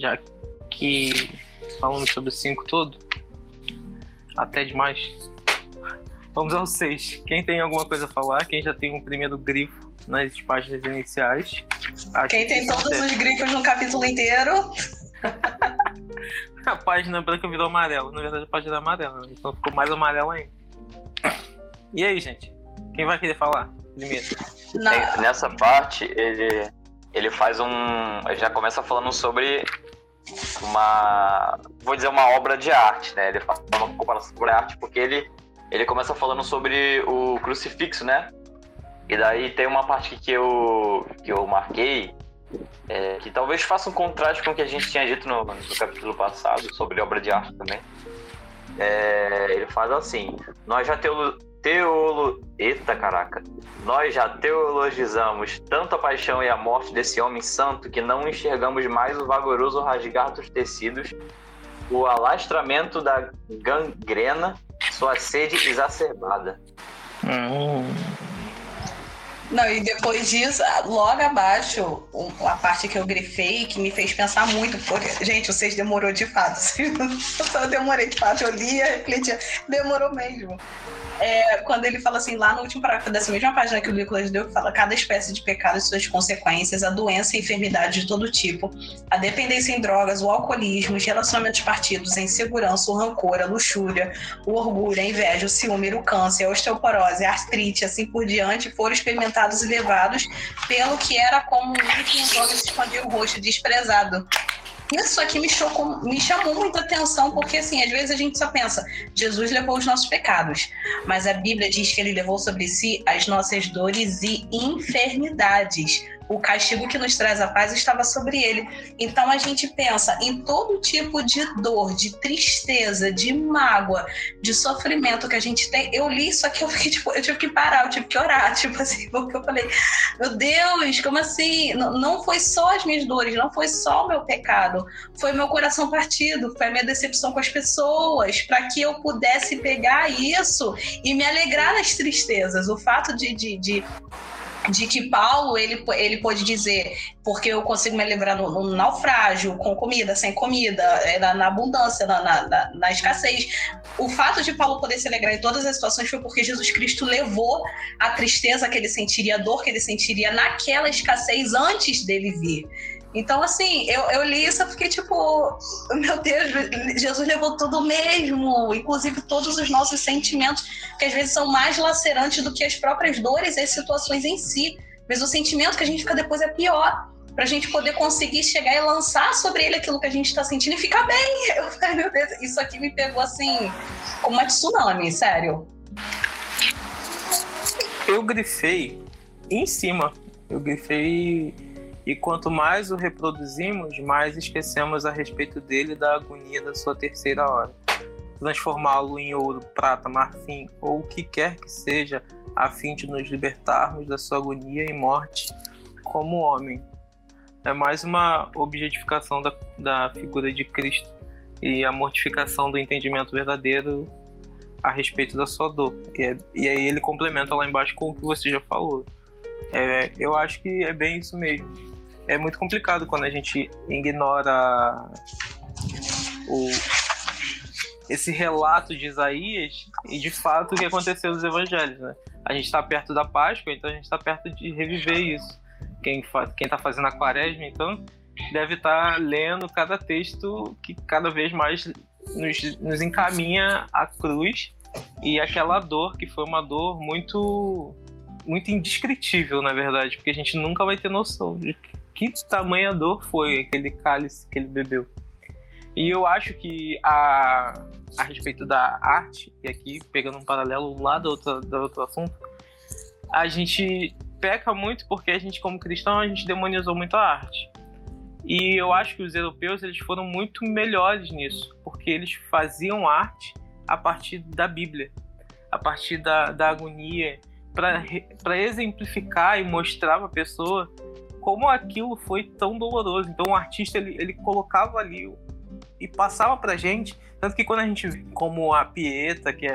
falamos sobre o 5 todo, até demais. Vamos ao 6. Quem tem alguma coisa a falar? Quem já tem um primeiro grifo nas páginas iniciais? Quem tem todos os grifos no capítulo inteiro? A página branca virou amarela. Na verdade, a página é amarela, né? Então ficou mais amarela ainda. E aí, gente? Quem vai querer falar primeiro? Nessa parte, ele faz ele já começa falando sobre uma obra de arte, né? Ele faz uma comparação sobre a arte porque ele começa falando sobre o crucifixo, né? E daí tem uma parte que eu marquei, que talvez faça um contraste com o que a gente tinha dito no capítulo passado, sobre obra de arte também. Ele faz assim: nós já teologizamos tanto a paixão e a morte desse homem santo que não enxergamos mais o vagaroso rasgar dos tecidos, o alastramento da gangrena, sua sede exacerbada. Não, e depois disso, logo abaixo, a parte que eu grifei, que me fez pensar muito, porque, gente, vocês demorou de fato. Eu demorei de fato, eu lia, refletia, demorou mesmo. Quando ele fala assim, lá no último parágrafo dessa mesma página que o Nicolas deu, que fala: cada espécie de pecado e suas consequências, a doença e enfermidade de todo tipo, a dependência em drogas, o alcoolismo, os relacionamentos partidos, a insegurança, o rancor, a luxúria, o orgulho, a inveja, o ciúme, o câncer, a osteoporose, a artrite, assim por diante, foram experimentados e levados pelo que era comum que os homens escondiam o rosto, desprezado. Isso aqui me chamou muita atenção, porque assim, às vezes a gente só pensa: Jesus levou os nossos pecados, mas a Bíblia diz que ele levou sobre si as nossas dores e enfermidades. O castigo que nos traz a paz estava sobre ele. Então a gente pensa em todo tipo de dor, de tristeza, de mágoa, de sofrimento que a gente tem. Eu li isso aqui, eu tive que parar, eu tive que orar, tipo assim, porque eu falei: meu Deus, como assim? Não foi só as minhas dores, não foi só o meu pecado, foi meu coração partido, foi a minha decepção com as pessoas, para que eu pudesse pegar isso e me alegrar nas tristezas. O fato de de que Paulo, ele pôde dizer, porque eu consigo me livrar no naufrágio, com comida, sem comida, na abundância, na escassez. O fato de Paulo poder se alegrar em todas as situações foi porque Jesus Cristo levou a tristeza que ele sentiria, a dor que ele sentiria naquela escassez antes dele vir. Então, assim, eu li isso e fiquei tipo, meu Deus, Jesus levou tudo mesmo, inclusive todos os nossos sentimentos, que às vezes são mais lacerantes do que as próprias dores e as situações em si. Mas o sentimento que a gente fica depois é pior, pra gente poder conseguir chegar e lançar sobre ele aquilo que a gente tá sentindo e ficar bem. Eu falei, meu Deus, isso aqui me pegou assim, como uma tsunami, sério. Eu grifei em cima, e quanto mais o reproduzimos, mais esquecemos a respeito dele e da agonia da sua terceira hora. Transformá-lo em ouro, prata, marfim ou o que quer que seja, a fim de nos libertarmos da sua agonia e morte como homem. É mais uma objetificação da figura de Cristo e a mortificação do entendimento verdadeiro a respeito da sua dor. E aí ele complementa lá embaixo com o que você já falou. Eu acho que é bem isso mesmo. É muito complicado quando a gente ignora esse relato de Isaías e de fato o que aconteceu nos evangelhos, né? A gente está perto da Páscoa, então a gente está perto de reviver isso. Quem está fazendo a Quaresma, então, deve estar lendo cada texto que cada vez mais nos encaminha à cruz e aquela dor, que foi uma dor muito, muito indescritível, na verdade, porque a gente nunca vai ter noção de que tamanha dor foi aquele cálice que ele bebeu. E eu acho que a respeito da arte, e aqui pegando um paralelo lá do outro assunto, a gente peca muito porque a gente, como cristão, a gente demonizou muito a arte. E eu acho que os europeus eles foram muito melhores nisso, porque eles faziam arte a partir da Bíblia, a partir da agonia, para exemplificar e mostrar para a pessoa como aquilo foi tão doloroso. Então o artista ele colocava ali e passava pra gente, tanto que quando a gente vê como a Pieta, que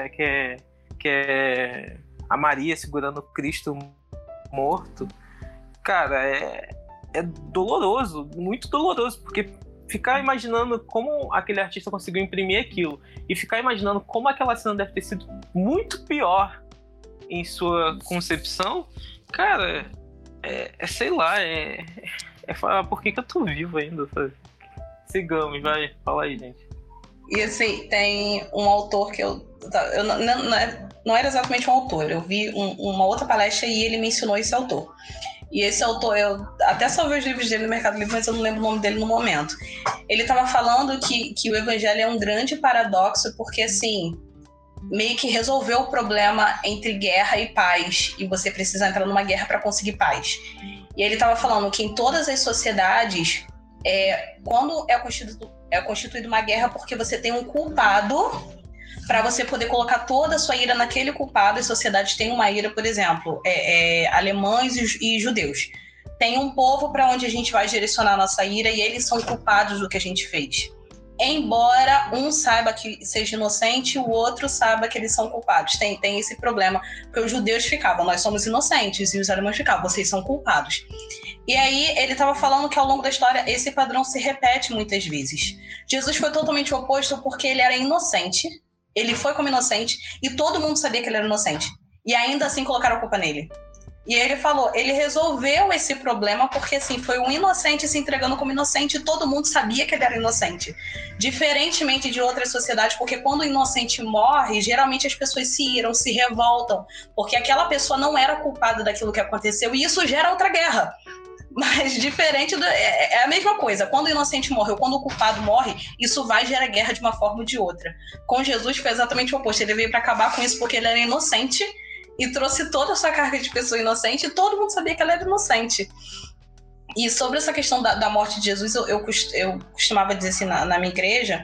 é a Maria segurando Cristo morto, cara, é doloroso, muito doloroso, porque ficar imaginando como aquele artista conseguiu imprimir aquilo e ficar imaginando como aquela cena deve ter sido muito pior em sua concepção, cara, sei lá, falar por que eu tô vivo ainda, sabe? Sigamos, vai, fala aí, gente. E assim, tem um autor que não era exatamente um autor, eu vi uma outra palestra e ele mencionou esse autor. E esse autor, eu até salvei os livros dele no Mercado Livre, mas eu não lembro o nome dele no momento. Ele estava falando que o evangelho é um grande paradoxo, porque assim, meio que resolveu o problema entre guerra e paz, e você precisa entrar numa guerra para conseguir paz. E ele estava falando que em todas as sociedades, quando é constituída uma guerra, porque você tem um culpado, para você poder colocar toda a sua ira naquele culpado. As sociedades têm uma ira, por exemplo, alemães e judeus. Tem um povo para onde a gente vai direcionar a nossa ira e eles são culpados do que a gente fez. Embora um saiba que seja inocente, o outro saiba que eles são culpados. Tem esse problema, porque os judeus ficavam, nós somos inocentes, e os alemães ficavam, vocês são culpados. E aí ele estava falando que ao longo da história esse padrão se repete muitas vezes. Jesus foi totalmente o oposto porque ele era inocente, ele foi como inocente, e todo mundo sabia que ele era inocente. E ainda assim colocaram a culpa nele. E ele falou, ele resolveu esse problema porque assim, foi um inocente se entregando como inocente e todo mundo sabia que ele era inocente. Diferentemente de outras sociedades, porque quando o inocente morre, geralmente as pessoas se iram, se revoltam, porque aquela pessoa não era culpada daquilo que aconteceu e isso gera outra guerra. Mas diferente, é a mesma coisa. Quando o inocente morre ou quando o culpado morre, isso vai gerar guerra de uma forma ou de outra. Com Jesus foi exatamente o oposto. Ele veio para acabar com isso porque ele era inocente e trouxe toda a sua carga de pessoa inocente e todo mundo sabia que ela era inocente. E sobre essa questão da morte de Jesus, eu costumava dizer assim na minha igreja,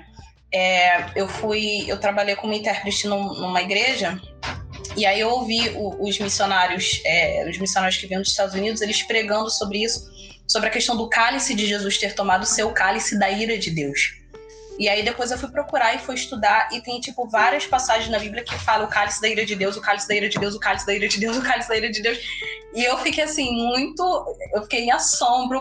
eu trabalhei como intérprete numa igreja, e aí eu ouvi os missionários que vinham dos Estados Unidos, eles pregando sobre isso, sobre a questão do cálice de Jesus ter tomado o seu cálice da ira de Deus. E aí depois eu fui procurar e fui estudar, e tem tipo várias passagens na Bíblia que falam o cálice da ira de Deus, o cálice da ira de Deus, o cálice da ira de Deus, o cálice da ira de Deus. E eu fiquei assim, eu fiquei em assombro,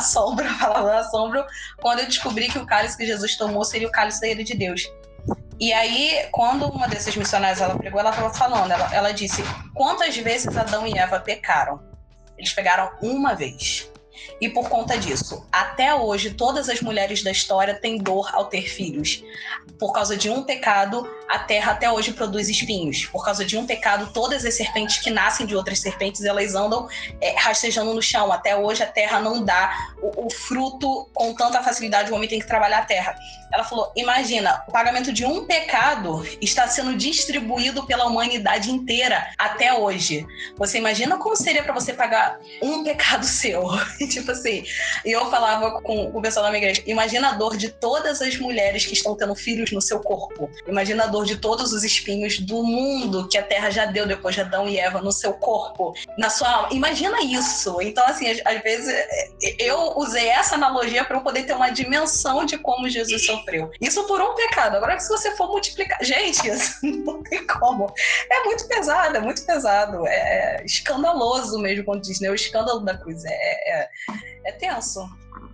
quando eu descobri que o cálice que Jesus tomou seria o cálice da ira de Deus. E aí, quando uma dessas missionárias ela pregou, ela estava falando, ela disse, quantas vezes Adão e Eva pecaram? Eles pegaram uma vez. E por conta disso, até hoje, todas as mulheres da história têm dor ao ter filhos. Por causa de um pecado, a terra até hoje produz espinhos. Por causa de um pecado, todas as serpentes que nascem de outras serpentes, elas andam rastejando no chão. Até hoje, a terra não dá o fruto com tanta facilidade, o homem tem que trabalhar a terra. Ela falou, imagina, o pagamento de um pecado está sendo distribuído pela humanidade inteira até hoje. Você imagina como seria para você pagar um pecado seu? Tipo assim, e eu falava com o pessoal da minha igreja, imagina a dor de todas as mulheres que estão tendo filhos no seu corpo. Imagina a dor de todos os espinhos do mundo que a terra já deu depois de Adão e Eva no seu corpo, na sua alma. Imagina isso. Então, assim, às vezes eu usei essa analogia para eu poder ter uma dimensão de como Jesus sofreu. Isso por um pecado. Agora, se você for multiplicar... Gente, isso não tem como. É muito pesado, é muito pesado. É escandaloso mesmo quando diz, né? O escândalo da cruz é tenso.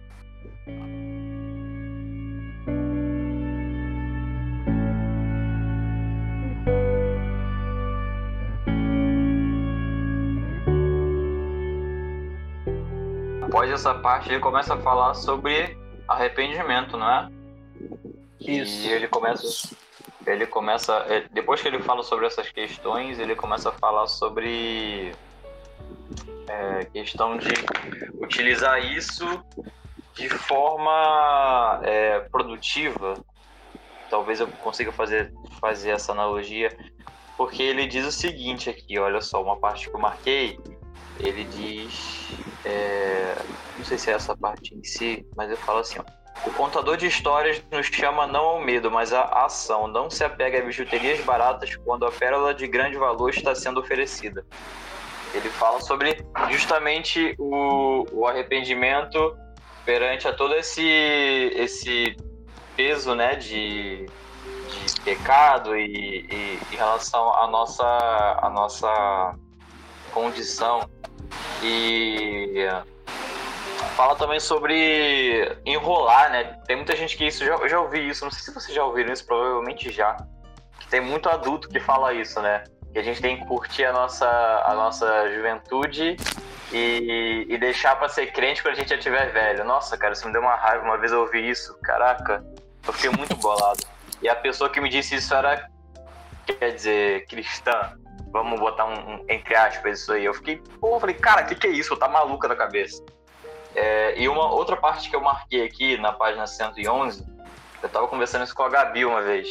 Após essa parte, ele começa a falar sobre arrependimento, não é? Isso. E ele começa, depois que ele fala sobre essas questões, ele começa a falar sobre questão de utilizar isso de forma produtiva. Talvez eu consiga fazer essa analogia, porque ele diz o seguinte aqui, olha só, uma parte que eu marquei, ele diz, não sei se é essa parte em si, mas ele fala assim, ó, o contador de histórias nos chama não ao medo, mas à ação. Não se apega a bijuterias baratas quando a pérola de grande valor está sendo oferecida. Ele fala sobre justamente o arrependimento perante a todo esse peso, né, de pecado e em relação à nossa condição. E fala também sobre enrolar, né? Tem muita gente que eu já ouvi isso, não sei se vocês já ouviram isso, provavelmente já. Tem muito adulto que fala isso, né? Que a gente tem que curtir a nossa juventude e deixar pra ser crente quando a gente já estiver velho. Nossa, cara, isso me deu uma raiva. Uma vez eu ouvi isso, caraca, eu fiquei muito bolado. E a pessoa que me disse isso era, quer dizer, cristã. Vamos botar entre aspas isso aí. Eu falei, cara, que é isso? Eu tá maluca da cabeça. E uma outra parte que eu marquei aqui na página 111, eu tava conversando isso com a Gabi uma vez.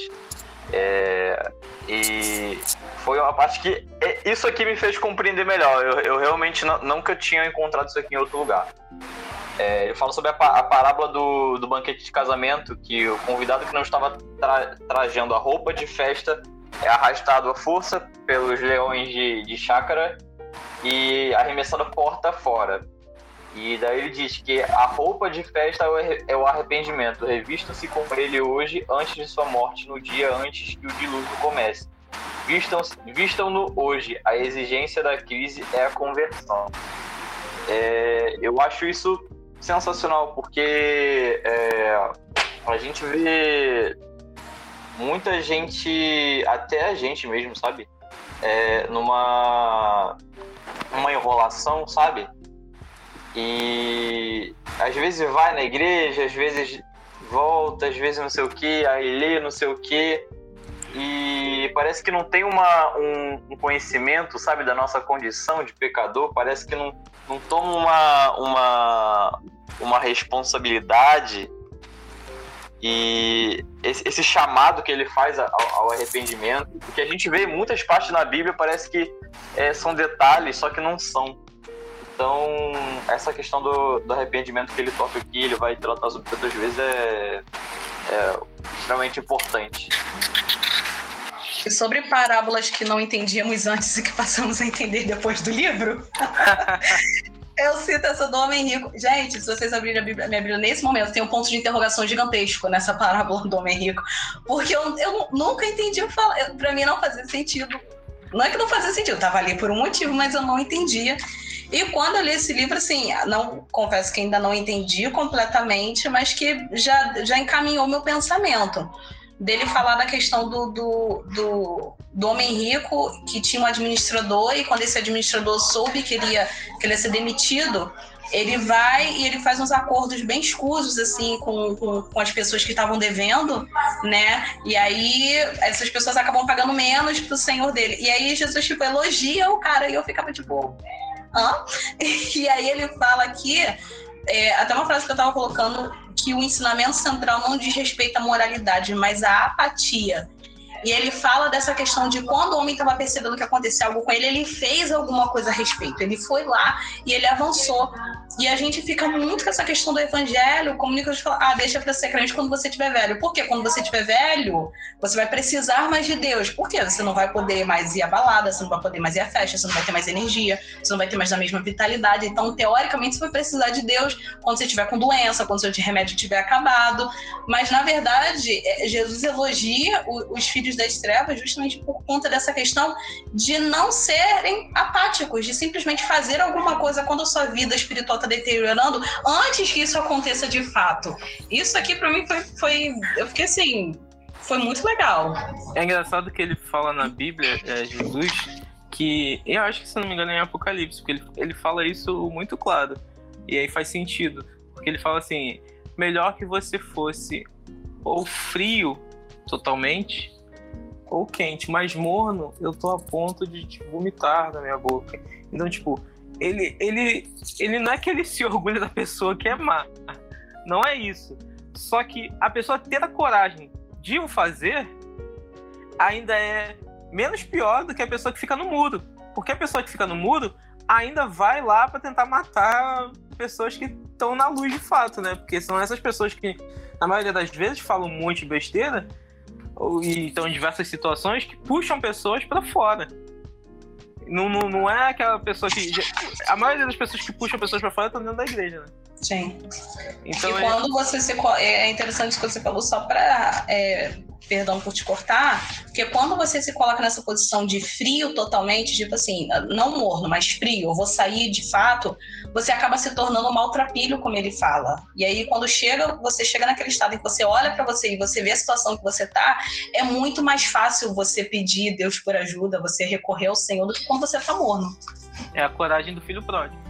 E foi uma parte que isso aqui me fez compreender melhor. Eu realmente nunca tinha encontrado isso aqui em outro lugar. Eu falo sobre a parábola do banquete de casamento, que o convidado que não estava trajando a roupa de festa é arrastado à força pelos leões de chácara e arremessado porta fora. E daí ele diz que a roupa de festa é o arrependimento. Revistam-se com ele hoje, antes de sua morte, no dia antes que o dilúvio comece. Vistam-no hoje. A exigência da crise é a conversão. Eu acho isso sensacional, porque a gente vê muita gente, até a gente mesmo, sabe? Numa enrolação, sabe? E às vezes vai na igreja, às vezes volta, às vezes não sei o que, aí lê não sei o que, e parece que não tem um conhecimento, sabe, da nossa condição de pecador. Parece que não toma uma responsabilidade. E esse chamado que ele faz ao arrependimento, porque a gente vê muitas partes na Bíblia, parece que são detalhes, só que não são. Então, essa questão do arrependimento que ele toca aqui, ele vai tratar sobre outras vezes, é extremamente importante. E sobre parábolas que não entendíamos antes e que passamos a entender depois do livro, eu cito essa do homem rico. Gente, se vocês abrirem minha Bíblia nesse momento, tem um ponto de interrogação gigantesco nessa parábola do homem rico, porque eu nunca entendi pra mim não fazia sentido. Não é que não fazia sentido, eu tava ali por um motivo, mas eu não entendia. E quando eu li esse livro, assim, não confesso que ainda não entendi completamente, mas que já encaminhou meu pensamento. Dele falar da questão do homem rico que tinha um administrador, e quando esse administrador soube que ele ia ser demitido, ele vai e ele faz uns acordos bem escusos, assim, com as pessoas que estavam devendo, né? E aí essas pessoas acabam pagando menos pro senhor dele. E aí Jesus, tipo, elogia o cara, e eu ficava tipo, hã? E aí ele fala aqui, até uma frase que eu tava colocando, que o ensinamento central não diz respeito à moralidade, mas à apatia. E ele fala dessa questão de quando o homem estava percebendo que acontecia algo com ele, ele fez alguma coisa a respeito. Ele foi lá e ele avançou. E a gente fica muito com essa questão do evangelho, como o Nicolas fala, deixa para ser crente quando você estiver velho. Por quê? Quando você estiver velho, você vai precisar mais de Deus. Por quê? Você não vai poder mais ir à balada, você não vai poder mais ir à festa, você não vai ter mais energia, você não vai ter mais a mesma vitalidade. Então, teoricamente, você vai precisar de Deus quando você estiver com doença, quando o seu remédio estiver acabado. Mas, na verdade, Jesus elogia os filhos das trevas justamente por conta dessa questão de não serem apáticos, de simplesmente fazer alguma coisa quando a sua vida espiritual está deteriorando, antes que isso aconteça de fato. Isso aqui para mim foi eu fiquei assim, foi muito legal. É engraçado que ele fala na Bíblia, Jesus, que eu acho que, se não me engano, é em Apocalipse, porque ele fala isso muito claro, e aí faz sentido, porque ele fala assim, melhor que você fosse ou frio totalmente, ou quente, mas morno, eu tô a ponto de te vomitar da minha boca. Então, tipo, ele não é que ele se orgulha da pessoa que é má, não é isso. Só que a pessoa ter a coragem de o fazer ainda é menos pior do que a pessoa que fica no muro, porque a pessoa que fica no muro ainda vai lá para tentar matar pessoas que estão na luz de fato, né? Porque são essas pessoas que, na maioria das vezes, falam um monte de besteira e estão em diversas situações que puxam pessoas para fora. Não é aquela pessoa que... A maioria das pessoas que puxam pessoas para fora estão dentro da igreja, né? Sim. Então, e quando você é interessante o que você falou, só para... perdão por te cortar, porque quando você se coloca nessa posição de frio totalmente, tipo assim, não morno, mas frio, eu vou sair de fato, você acaba se tornando um maltrapilho, como ele fala. E aí, quando você chega naquele estado em que você olha para você e você vê a situação que você tá, é muito mais fácil você pedir Deus por ajuda, você recorrer ao Senhor, do que quando você tá morno. É a coragem do filho pródigo.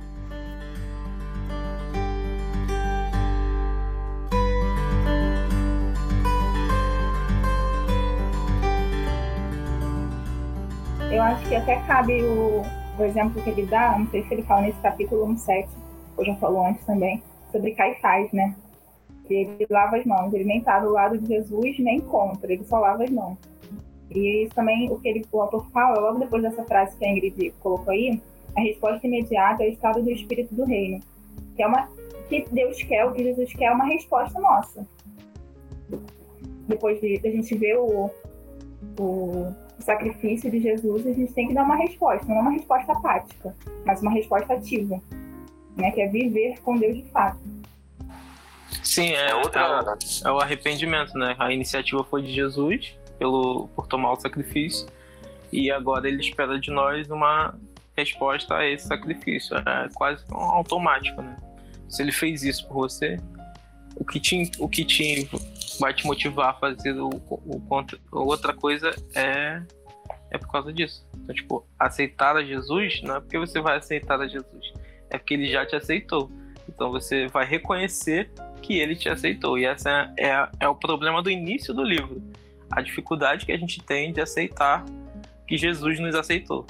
Eu acho que até cabe o exemplo que ele dá, não sei se ele fala nesse capítulo 1:7, eu já falou antes também, sobre Caifás, né? Que ele lava as mãos, ele nem está do lado de Jesus, nem contra, ele só lava as mãos. E isso também, o autor fala, logo depois dessa frase que a Ingrid colocou aí, a resposta imediata é o estado do espírito do reino, que Deus quer, o que Jesus quer é uma resposta nossa. Depois de a gente ver o sacrifício de Jesus, a gente tem que dar uma resposta, não uma resposta apática, mas uma resposta ativa, né, que é viver com Deus de fato. Sim, é o arrependimento, né? A iniciativa foi de Jesus por tomar o sacrifício, e agora ele espera de nós uma resposta a esse sacrifício. É quase automático, né? Se ele fez isso por você, o que vai te motivar a fazer outra coisa é por causa disso. Então, tipo, aceitar a Jesus não é porque você vai aceitar a Jesus, é porque ele já te aceitou. Então você vai reconhecer que ele te aceitou. E essa é o problema do início do livro. A dificuldade que a gente tem de aceitar que Jesus nos aceitou.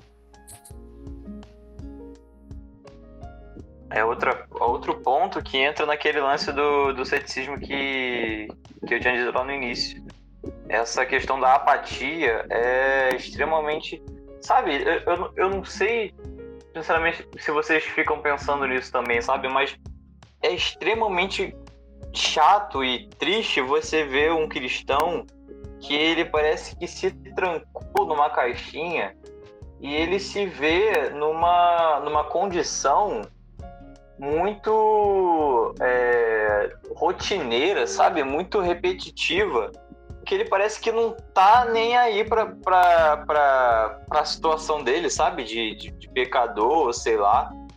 É outro ponto que entra naquele lance do ceticismo que eu tinha dito lá no início. Essa questão da apatia é extremamente... Sabe, eu não sei, sinceramente, se vocês ficam pensando nisso também, sabe? Mas é extremamente chato e triste você ver um cristão que ele parece que se trancou numa caixinha e ele se vê numa condição muito rotineira, sabe? Muito repetitiva, que ele parece que não tá nem aí pra situação dele, sabe? De pecador, sei lá.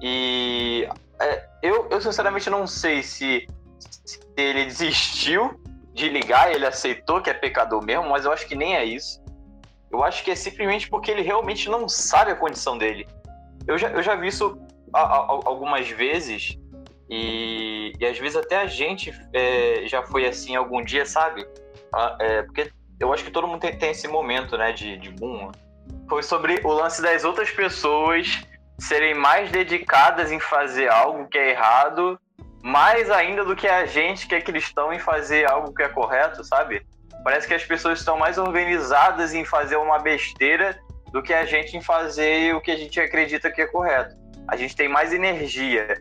E eu sinceramente não sei se ele desistiu de ligar, ele aceitou que é pecador mesmo, mas eu acho que nem é isso. Eu acho que é simplesmente porque ele realmente não sabe a condição dele. Eu já vi isso algumas vezes, e às vezes até a gente já foi assim algum dia, sabe? Porque eu acho que todo mundo tem esse momento, né, de boom. Foi sobre o lance das outras pessoas serem mais dedicadas em fazer algo que é errado, mais ainda do que a gente que é cristão em fazer algo que é correto, sabe? Parece que as pessoas estão mais organizadas em fazer uma besteira do que a gente em fazer o que a gente acredita que é correto. A gente tem mais energia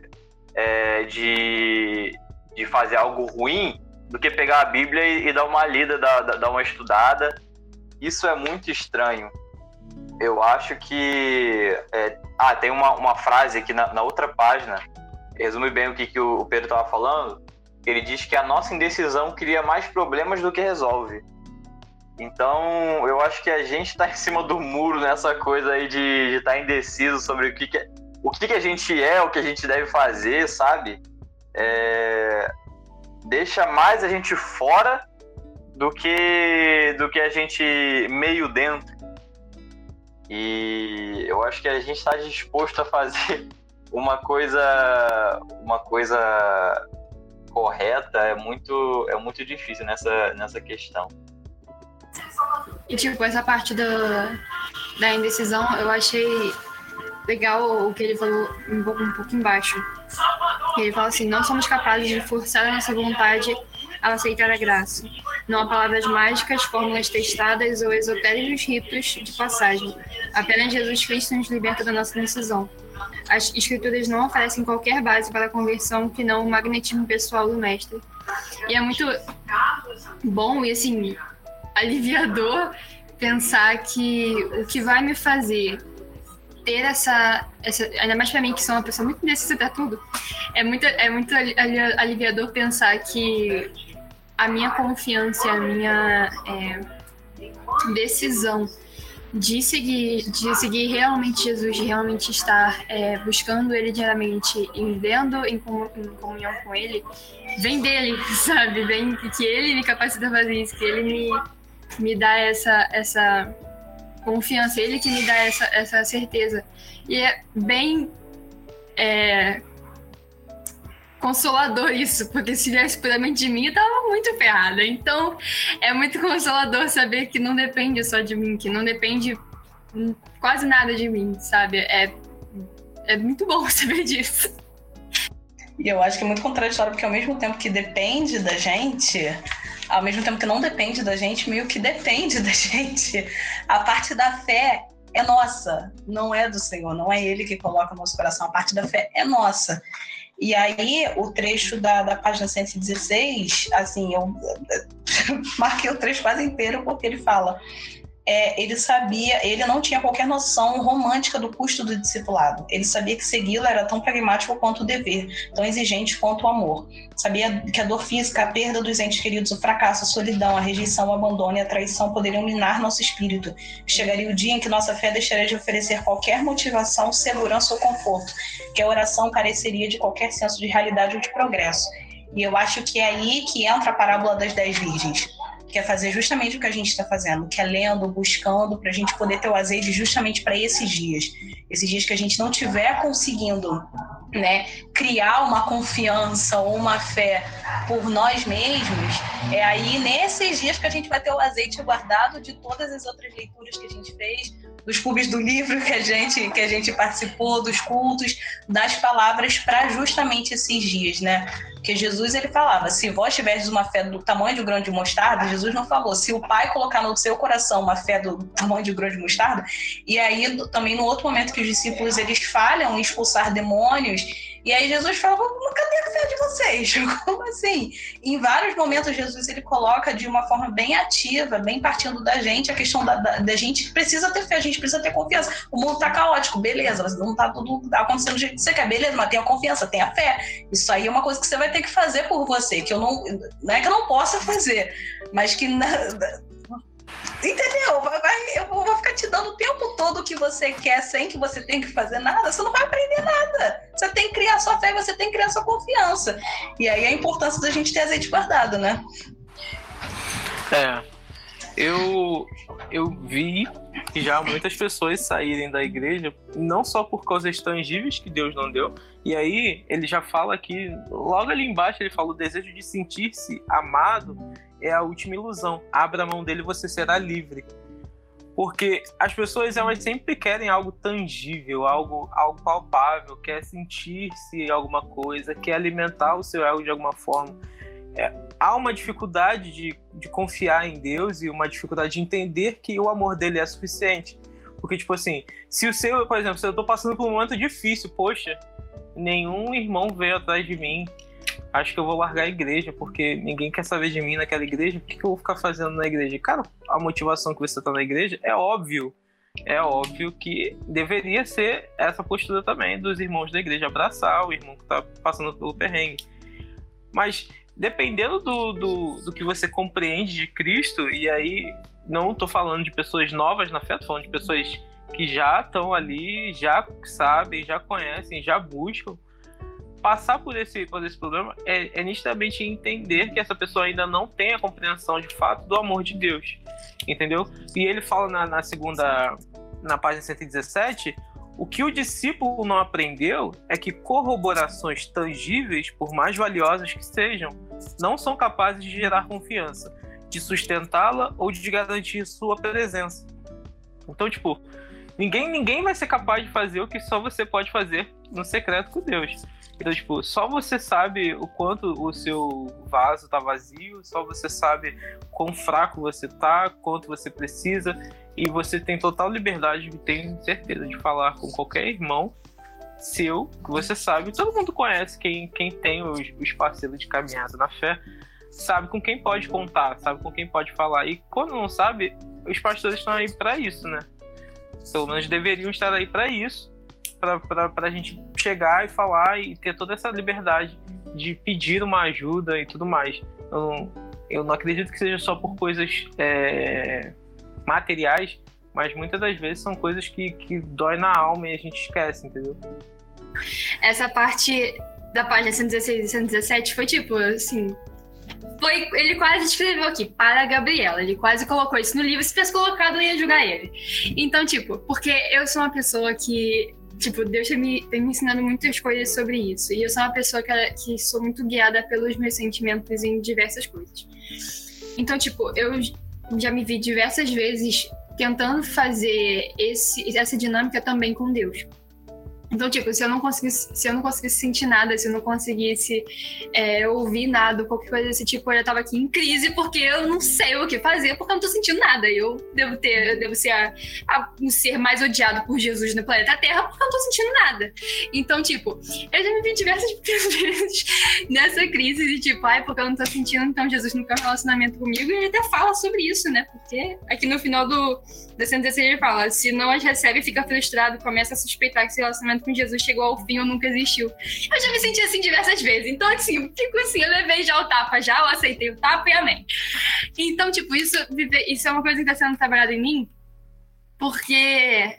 de fazer algo ruim do que pegar a Bíblia e dar uma lida, dar uma estudada. Isso é muito estranho. Eu acho que... tem uma frase aqui na outra página, resume bem o que o Pedro estava falando. Ele diz que a nossa indecisão cria mais problemas do que resolve. Então, eu acho que a gente está em cima do muro nessa coisa aí de estar indeciso sobre o que a gente é, o que a gente deve fazer, sabe? Deixa mais a gente fora do que a gente meio dentro. E eu acho que a gente está disposto a fazer uma coisa correta, é muito difícil nessa questão. E tipo, essa parte da indecisão, eu achei legal o que ele falou um pouco embaixo. Ele fala assim: não somos capazes de forçar a nossa vontade ao aceitar a graça. Não há palavras mágicas, fórmulas testadas ou esotéricos ritos de passagem. Apenas Jesus Cristo nos liberta da nossa indecisão. As escrituras não oferecem qualquer base para a conversão que não o magnetismo pessoal do mestre. E é muito bom e, assim, aliviador pensar que o que vai me fazer ter essa ainda mais para mim, que sou uma pessoa muito indecisa para tudo, é muito aliviador pensar que a minha confiança, a minha decisão de seguir realmente Jesus, de realmente estar buscando Ele diariamente e vivendo em comunhão com Ele, vem dele, sabe? Vem que Ele me capacita a fazer isso, que Ele me dá essa confiança, Ele que me dá essa certeza. E é bem consolador isso, porque se viesse puramente de mim, eu tava muito ferrada. Então, é muito consolador saber que não depende só de mim, que não depende quase nada de mim, sabe? É muito bom saber disso. E eu acho que é muito contraditório, porque ao mesmo tempo que depende da gente, ao mesmo tempo que não depende da gente, meio que depende da gente. A parte da fé é nossa, não é do Senhor, não é Ele que coloca no nosso coração. A parte da fé é nossa. E aí, o trecho da página 116, assim, eu marquei o trecho quase inteiro porque ele fala... ele não tinha qualquer noção romântica do custo do discipulado. Ele sabia que segui-lo era tão pragmático quanto o dever, tão exigente quanto o amor. Sabia que a dor física, a perda dos entes queridos, o fracasso, a solidão, a rejeição, o abandono e a traição poderiam minar nosso espírito. Chegaria o dia em que nossa fé deixaria de oferecer qualquer motivação, segurança ou conforto, que a oração careceria de qualquer senso de realidade ou de progresso. E eu acho que é aí que entra a parábola das 10 virgens. Que é fazer justamente o que a gente está fazendo, que é lendo, buscando, para a gente poder ter o azeite justamente para esses dias que a gente não estiver conseguindo, né, criar uma confiança ou uma fé por nós mesmos. É aí nesses dias que a gente vai ter o azeite guardado de todas as outras leituras que a gente fez, dos clubes do livro que a gente participou, dos cultos, das palavras, para justamente esses dias, né? Porque Jesus, ele falava, se vós tiverdes uma fé do tamanho de um grão de mostarda, Jesus não falou, se o Pai colocar no seu coração uma fé do tamanho de um grão de mostarda. E aí, também no outro momento que os discípulos, eles falham em expulsar demônios, e aí Jesus fala, cadê a fé de vocês? Como assim? Em vários momentos, Jesus, ele coloca de uma forma bem ativa, bem partindo da gente, a questão da gente precisa ter fé, a gente precisa ter confiança. O mundo tá caótico, beleza, não tá tudo acontecendo do jeito que você quer, beleza, mas tenha confiança, tenha fé. Isso aí é uma coisa que você vai ter que fazer por você, que não é que eu não possa fazer, mas que... Entendeu? Eu vou ficar te dando o tempo todo o que você quer sem que você tenha que fazer nada. Você não vai aprender nada. tem que criar sua fé, você tem que criar sua confiança. E aí a importância da gente ter azeite guardado, né? Eu vi já muitas pessoas saírem da igreja, não só por causas tangíveis que Deus não deu, e aí ele já fala aqui, logo ali embaixo ele fala: o desejo de sentir-se amado é a última ilusão, abra a mão dele e você será livre. Porque as pessoas, elas sempre querem algo tangível, algo palpável, quer sentir-se alguma coisa, quer alimentar o seu ego de alguma forma. Há uma dificuldade de confiar em Deus e uma dificuldade de entender que o amor dele é suficiente. Porque, tipo assim, por exemplo, se eu tô passando por um momento difícil, poxa, nenhum irmão veio atrás de mim, acho que eu vou largar a igreja, porque ninguém quer saber de mim naquela igreja, o que eu vou ficar fazendo na igreja? Cara, a motivação que você tá na igreja é óbvio que deveria ser essa postura também dos irmãos da igreja, abraçar o irmão que tá passando pelo perrengue. Mas dependendo do que você compreende de Cristo, e aí não tô falando de pessoas novas na fé, tô falando de pessoas que já estão ali, já sabem, já conhecem, já buscam, passar por esse problema é nitidamente entender que essa pessoa ainda não tem a compreensão de fato do amor de Deus, entendeu? E ele fala na página 117, o que o discípulo não aprendeu é que corroborações tangíveis, por mais valiosas que sejam, não são capazes de gerar confiança, de sustentá-la ou de garantir sua presença. Então, tipo, ninguém vai ser capaz de fazer o que só você pode fazer no secreto com Deus. Então, tipo, só você sabe o quanto o seu vaso tá vazio, só você sabe quão fraco você tá, quanto você precisa, e você tem total liberdade, tenho certeza, de falar com qualquer irmão seu, que você sabe, todo mundo conhece quem tem os parceiros de caminhada na fé, sabe com quem pode contar, sabe com quem pode falar, e quando não sabe, os pastores estão aí para isso, né? Pelo menos deveriam estar aí para isso, para a gente chegar e falar e ter toda essa liberdade de pedir uma ajuda e tudo mais. Eu não acredito que seja só por coisas materiais, mas muitas das vezes são coisas que dói na alma e a gente esquece, entendeu? Essa parte da página 116 e 117 foi tipo, assim... ele quase escreveu aqui, para a Gabriela. Ele quase colocou isso no livro. Se tivesse colocado, eu ia julgar ele. Então, tipo, porque eu sou uma pessoa que... Tipo, Deus tem me ensinado muitas coisas sobre isso. E eu sou uma pessoa que sou muito guiada pelos meus sentimentos em diversas coisas. Então, tipo, eu já me vi diversas vezes tentando fazer essa dinâmica também com Deus. Então, tipo, se eu não conseguisse sentir nada, se eu não conseguisse ouvir nada, qualquer coisa desse tipo, eu já tava aqui em crise, porque eu não sei o que fazer, porque eu não tô sentindo nada. Eu devo ser um ser mais odiado por Jesus no planeta Terra, porque eu não tô sentindo nada. Então, tipo, eu já me vi diversas vezes nessa crise de tipo, porque eu não tô sentindo, então Jesus não quer um relacionamento comigo, e ele até fala sobre isso, né? Porque aqui no final da 116 ele fala, se não as recebe, fica frustrado, começa a suspeitar que esse relacionamento com Jesus chegou ao fim ou nunca existiu. Eu já me senti assim diversas vezes. Então, assim, fico assim, eu levei já o tapa, eu aceitei o tapa e amém. Então, tipo, isso é uma coisa que está sendo trabalhada em mim, porque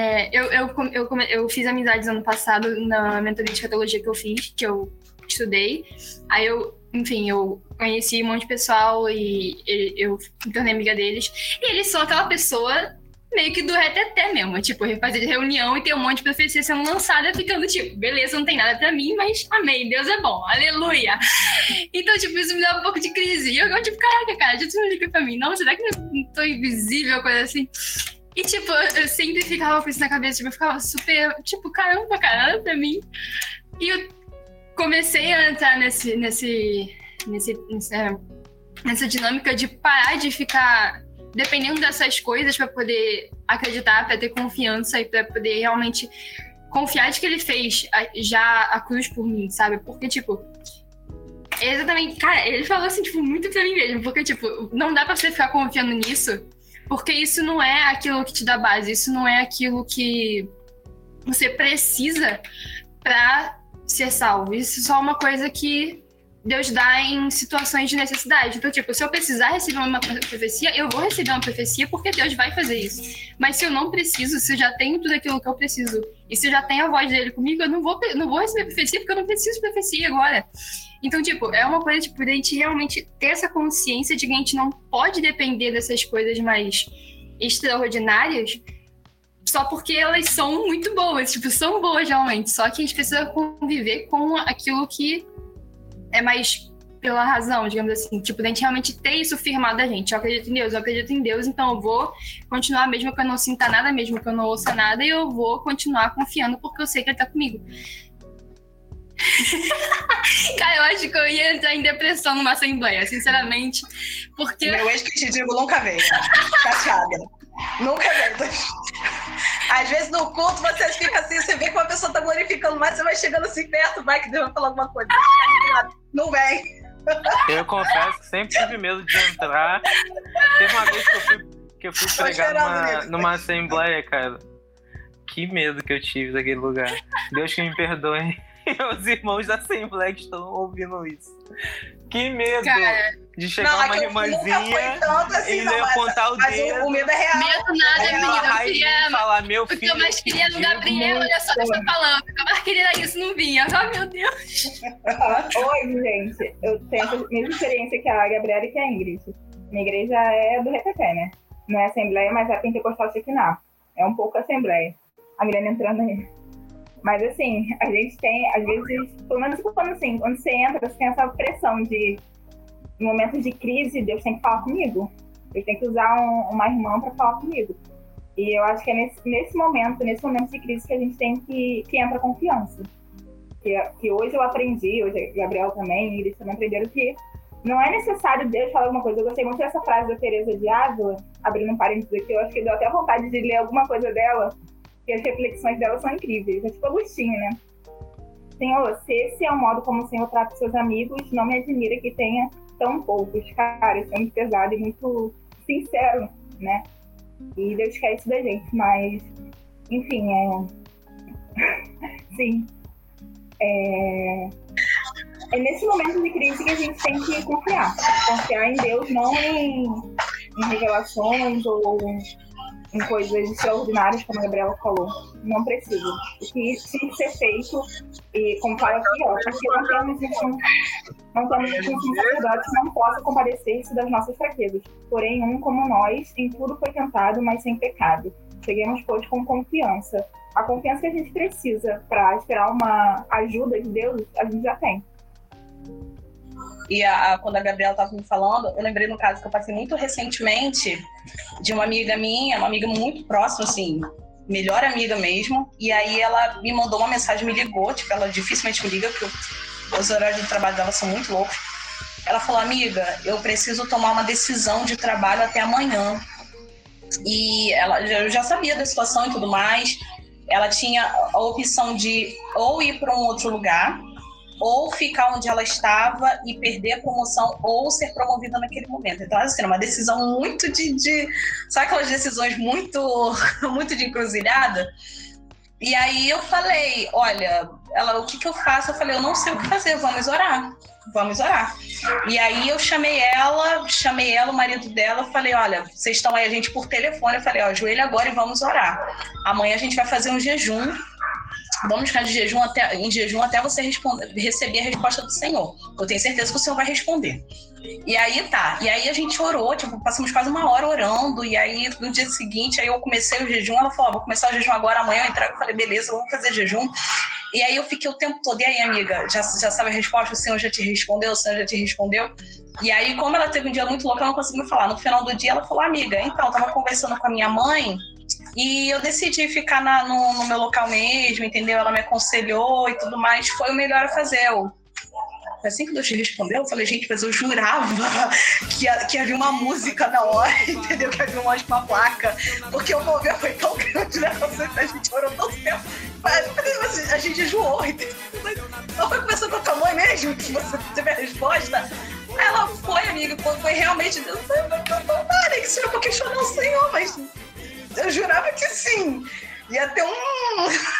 eu fiz amizades ano passado na mentoria de escatologia que eu estudei. Aí eu conheci um monte de pessoal e eu me tornei amiga deles. E eles são aquela pessoa meio que do reteté mesmo, tipo, fazer reunião e ter um monte de profecia sendo lançada, ficando tipo, beleza, não tem nada pra mim, mas amém, Deus é bom, aleluia. Então, tipo, isso me dá um pouco de crise. E eu tipo, caraca, cara, Jesus não liga pra mim, não? Será que eu não tô invisível, coisa assim? E, tipo, eu sempre ficava com isso na cabeça, tipo, eu ficava super, tipo, caramba, cara, nada pra mim. E eu comecei a entrar nessa dinâmica de parar de ficar dependendo dessas coisas para poder acreditar, para ter confiança e para poder realmente confiar de que ele fez já a cruz por mim, sabe? Porque, tipo, exatamente, cara, ele falou assim, tipo, muito pra mim mesmo, porque, tipo, não dá pra você ficar confiando nisso, porque isso não é aquilo que te dá base, isso não é aquilo que você precisa pra ser salvo, isso é só uma coisa que Deus dá em situações de necessidade. Então, tipo, se eu precisar receber uma profecia, eu vou receber uma profecia porque Deus vai fazer isso. Mas se eu não preciso, se eu já tenho tudo aquilo que eu preciso E se eu já tenho a voz dele comigo, eu não vou receber profecia, porque eu não preciso de profecia agora. Então, tipo, é uma coisa, tipo, da gente realmente ter essa consciência de que a gente não pode depender dessas coisas mais extraordinárias só porque elas são muito boas, tipo, são boas realmente, só que a gente precisa conviver com aquilo que é mais pela razão, digamos assim, tipo, da gente realmente ter isso firmado da gente. Eu acredito em Deus, então eu vou continuar mesmo que eu não sinta nada, mesmo que eu não ouça nada, e eu vou continuar confiando porque eu sei que ele tá comigo. Cara, eu acho que eu ia entrar em depressão numa assembleia, sinceramente, porque... Meu ex que te digo nunca veio, chateada. Nunca veio. Às vezes no culto você fica assim, você vê que uma pessoa tá glorificando mais, você vai chegando assim perto, vai que Deus vai falar alguma coisa. Não vem. Eu confesso que sempre tive medo de entrar. Teve uma vez que eu fui pregar numa assembleia, cara. Que medo que eu tive daquele lugar. Deus que me perdoe. Os irmãos da assembleia que estão ouvindo isso. Que medo, cara, de chegar uma irmãzinha assim, e levantar o dedo. O medo é real. Medo nada, menino. Eu queria falar, meu filho. O que eu mais queria no Gabriel, olha só, deixa eu falar. O que eu mais queria era isso, não vinha. Oh, meu Deus. Oi, gente. Eu tenho a mesma experiência que a Gabriela e que a Ingrid. Minha igreja é do RPT, né? Não é assembleia, mas é pentecostal Shekinah. É um pouco assembleia. A Milena entrando aí. Mas assim, a gente tem, às vezes, pelo menos quando você entra, você tem essa pressão de, em momentos de crise, Deus tem que falar comigo. Deus tem que usar uma irmã para falar comigo. E eu acho que é nesse momento de crise que a gente tem que entra a confiança. Que hoje eu aprendi, hoje a Gabriel também, e eles também aprenderam que não é necessário Deus falar alguma coisa. Eu gostei muito dessa frase da Teresa de Ávila, abrindo um parênteses aqui, eu acho que deu até vontade de ler alguma coisa dela, e as reflexões dela são incríveis. É tipo Agostinho, né? Senhor, se esse é o modo como o Senhor trata seus amigos, não me admira que tenha tão poucos. Cara, isso é muito pesado e muito sincero, né? E Deus quer isso da gente, mas... Enfim, Sim. É nesse momento de crise que a gente tem que confiar. Confiar em Deus, não em revelações ou... em coisas extraordinárias, como a Gabriela falou. Não precisa. O que tem que ser feito, e como fala aqui, porque não temos um sacerdote que não possa compadecer-se das nossas fraquezas. Porém, um como nós, em tudo foi tentado, mas sem pecado. Cheguemos, pois, com confiança. A confiança que a gente precisa para esperar uma ajuda de Deus, a gente já tem. E quando a Gabriela estava me falando, eu lembrei no caso que eu passei muito recentemente de uma amiga minha, uma amiga muito próxima, assim, melhor amiga mesmo. E aí ela me mandou uma mensagem, me ligou, tipo, ela dificilmente me liga, porque os horários de trabalho dela são muito loucos. Ela falou, amiga, eu preciso tomar uma decisão de trabalho até amanhã. E eu já sabia da situação e tudo mais. Ela tinha a opção de ou ir para um outro lugar, ou ficar onde ela estava e perder a promoção, ou ser promovida naquele momento. Então, assim, é uma decisão muito sabe aquelas decisões muito, muito de encruzilhada? E aí eu falei, olha, o que eu faço? Eu falei, eu não sei o que fazer, vamos orar. E aí eu chamei ela, o marido dela, falei, olha, vocês estão aí, a gente por telefone, eu falei, ajoelha agora e vamos orar. Amanhã a gente vai fazer um jejum. Vamos ficar em jejum até você receber a resposta do Senhor. Eu tenho certeza que o Senhor vai responder. E aí a gente orou, tipo, passamos quase uma hora orando. E aí no dia seguinte, aí eu comecei o jejum. Ela falou, vou começar o jejum agora, amanhã eu entrego. Eu falei, beleza, vamos fazer jejum. E aí eu fiquei o tempo todo, e aí, amiga, já sabe a resposta? O Senhor já te respondeu, E aí, como ela teve um dia muito louco, ela não conseguiu falar. No final do dia, ela falou, amiga, então, eu tava conversando com a minha mãe e eu decidi ficar no meu local mesmo, entendeu? Ela me aconselhou e tudo mais, foi o melhor a fazer. Assim que Deus te respondeu, eu falei, gente, mas eu jurava que havia uma música na hora, entendeu? Que havia uma placa, porque o mover foi tão grande, né? A gente orou tão tempo, mas a gente jejuou, entendeu? Ela foi conversando com a tua mãe mesmo, que você teve a resposta. Ela foi, amiga, foi realmente Deus. Eu nem que seja pra questionar o Senhor, mas eu jurava que sim. Ia ter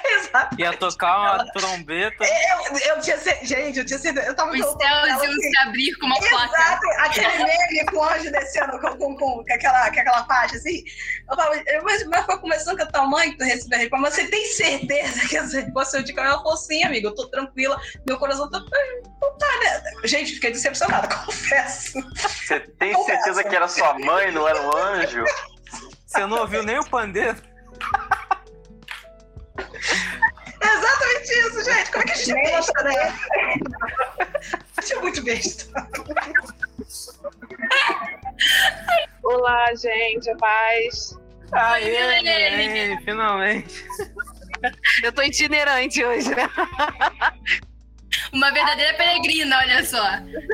Exato. Ia tocar uma trombeta. Eu tinha certeza. Eu tava Os céus iam se abrir com uma placa. Exato, aquele meme com o anjo descendo com aquela faixa, assim. Eu falava, mas foi conversando com a tua mãe que tu recebeu a resposta, mas você tem certeza que essa resposta eu de ela falou, sim, amigo, eu tô tranquila, meu coração tá... Não tá, né? Gente, fiquei decepcionada, confesso. Você tem certeza que era sua mãe, não era um anjo? Você não ouviu nem o pandeiro? Exatamente isso, gente. Como é que a gente é besta, né? A gente é muito besta. Olá, gente, paz. Aê, finalmente. Eu tô itinerante hoje, né? Uma verdadeira peregrina, olha só.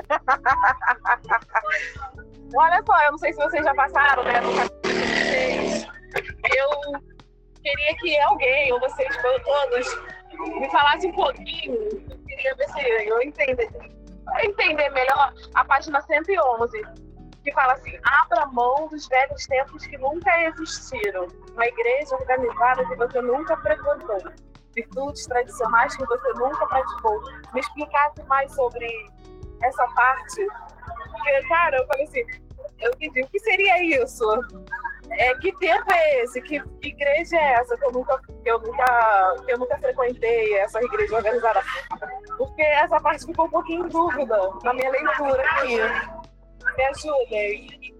Olha só, eu não sei se vocês já passaram, né, no capítulo 16. Eu queria que alguém, ou vocês todos, me falasse um pouquinho. Eu queria ver se eu entender melhor a página 111, que fala assim: abra mão dos velhos tempos que nunca existiram, uma igreja organizada que você nunca frequentou, virtudes tradicionais que você nunca praticou. Me explicasse mais sobre essa parte, porque, cara, eu falei assim, eu entendi, o que seria isso? Que tempo é esse? Que igreja é essa que eu nunca frequentei, essa igreja organizada? Porque essa parte ficou um pouquinho em dúvida na minha leitura aqui. Me ajudem.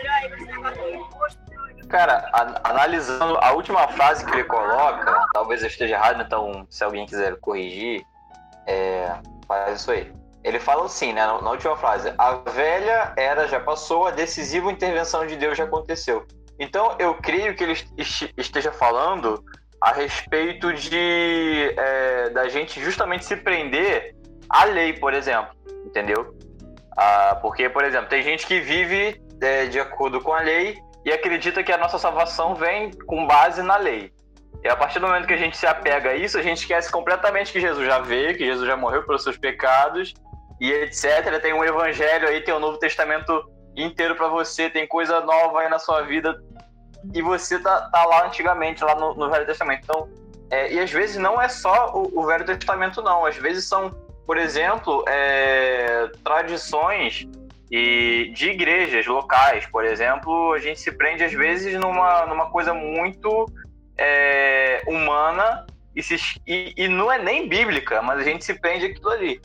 Cara, analisando a última frase que ele coloca, talvez eu esteja errado, então se alguém quiser corrigir, faz isso aí. Ele fala assim, né, na última frase: a velha era já passou, a decisiva intervenção de Deus já aconteceu. Então eu creio que ele esteja falando a respeito de da gente justamente se prender à lei, por exemplo, entendeu? Porque, por exemplo, tem gente que vive de acordo com a lei e acredita que a nossa salvação vem com base na lei. E a partir do momento que a gente se apega a isso, a gente esquece completamente que Jesus já veio, que Jesus já morreu pelos seus pecados e etc. Tem um evangelho aí, tem um Novo Testamento inteiro para você, tem coisa nova aí na sua vida e você tá lá antigamente, lá no Velho Testamento. Então, e às vezes não é só o Velho Testamento, não. Às vezes são, por exemplo, tradições de igrejas locais. Por exemplo, a gente se prende às vezes numa coisa muito humana e não é nem bíblica, mas a gente se prende aquilo ali.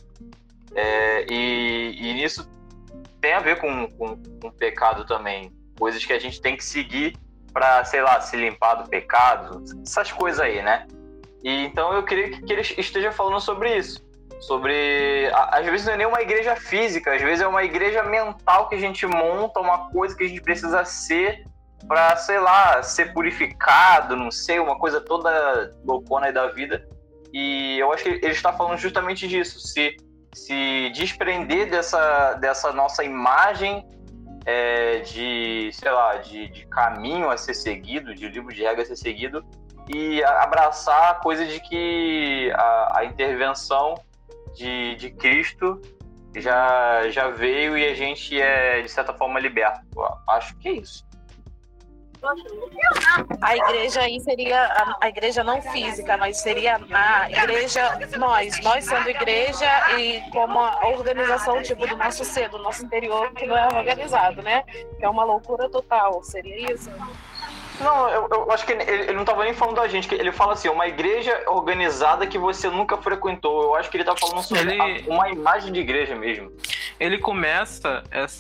E nisso tem a ver com pecado também. Coisas que a gente tem que seguir para, sei lá, se limpar do pecado, essas coisas aí, né? E então eu queria que ele esteja falando sobre isso. Sobre, às vezes não é nem uma igreja física, às vezes é uma igreja mental que a gente monta, uma coisa que a gente precisa ser para, sei lá, ser purificado, não sei, uma coisa toda loucona aí da vida. E eu acho que ele está falando justamente disso, se desprender dessa nossa imagem de, sei lá, de caminho a ser seguido, de livro de regras a ser seguido, e abraçar a coisa de que a intervenção de Cristo já veio e a gente é, de certa forma, liberto. Eu acho que é isso. A igreja aí seria a igreja não física, mas seria a igreja, nós sendo igreja e como a organização tipo do nosso ser, do nosso interior, que não é organizado, né? Que é uma loucura total, seria isso? Não, eu acho que ele não estava nem falando da gente, que ele fala assim, uma igreja organizada que você nunca frequentou. Eu acho que ele está falando sobre uma imagem de igreja mesmo. Ele começa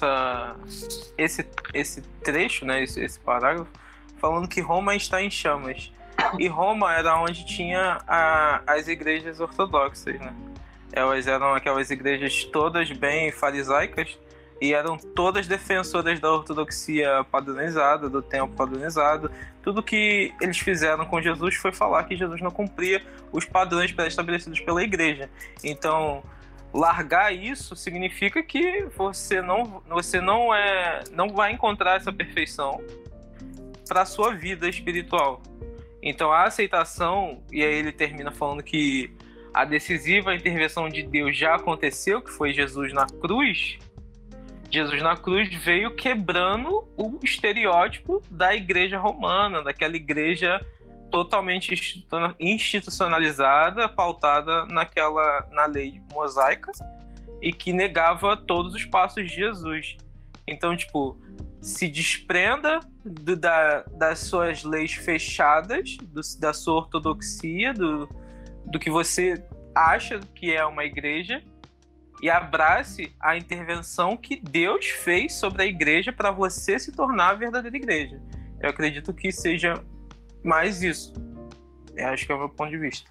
esse trecho, né, esse parágrafo, falando que Roma está em chamas. E Roma era onde tinha as igrejas ortodoxas, né? Elas eram aquelas igrejas todas bem farisaicas, e eram todas defensoras da ortodoxia padronizada, do templo padronizado. Tudo que eles fizeram com Jesus foi falar que Jesus não cumpria os padrões pré-estabelecidos pela igreja. Então, largar isso significa que você não vai encontrar essa perfeição para a sua vida espiritual. Então, a aceitação, e aí ele termina falando que a decisiva intervenção de Deus já aconteceu, que foi Jesus na cruz. Jesus na cruz veio quebrando o estereótipo da igreja romana, daquela igreja totalmente institucionalizada, pautada na lei mosaica, e que negava todos os passos de Jesus. Então, tipo, se desprenda das suas leis fechadas, da sua ortodoxia, do que você acha que é uma igreja, e abrace a intervenção que Deus fez sobre a igreja para você se tornar a verdadeira igreja. Eu acredito que seja mais isso. Eu acho que é o meu ponto de vista.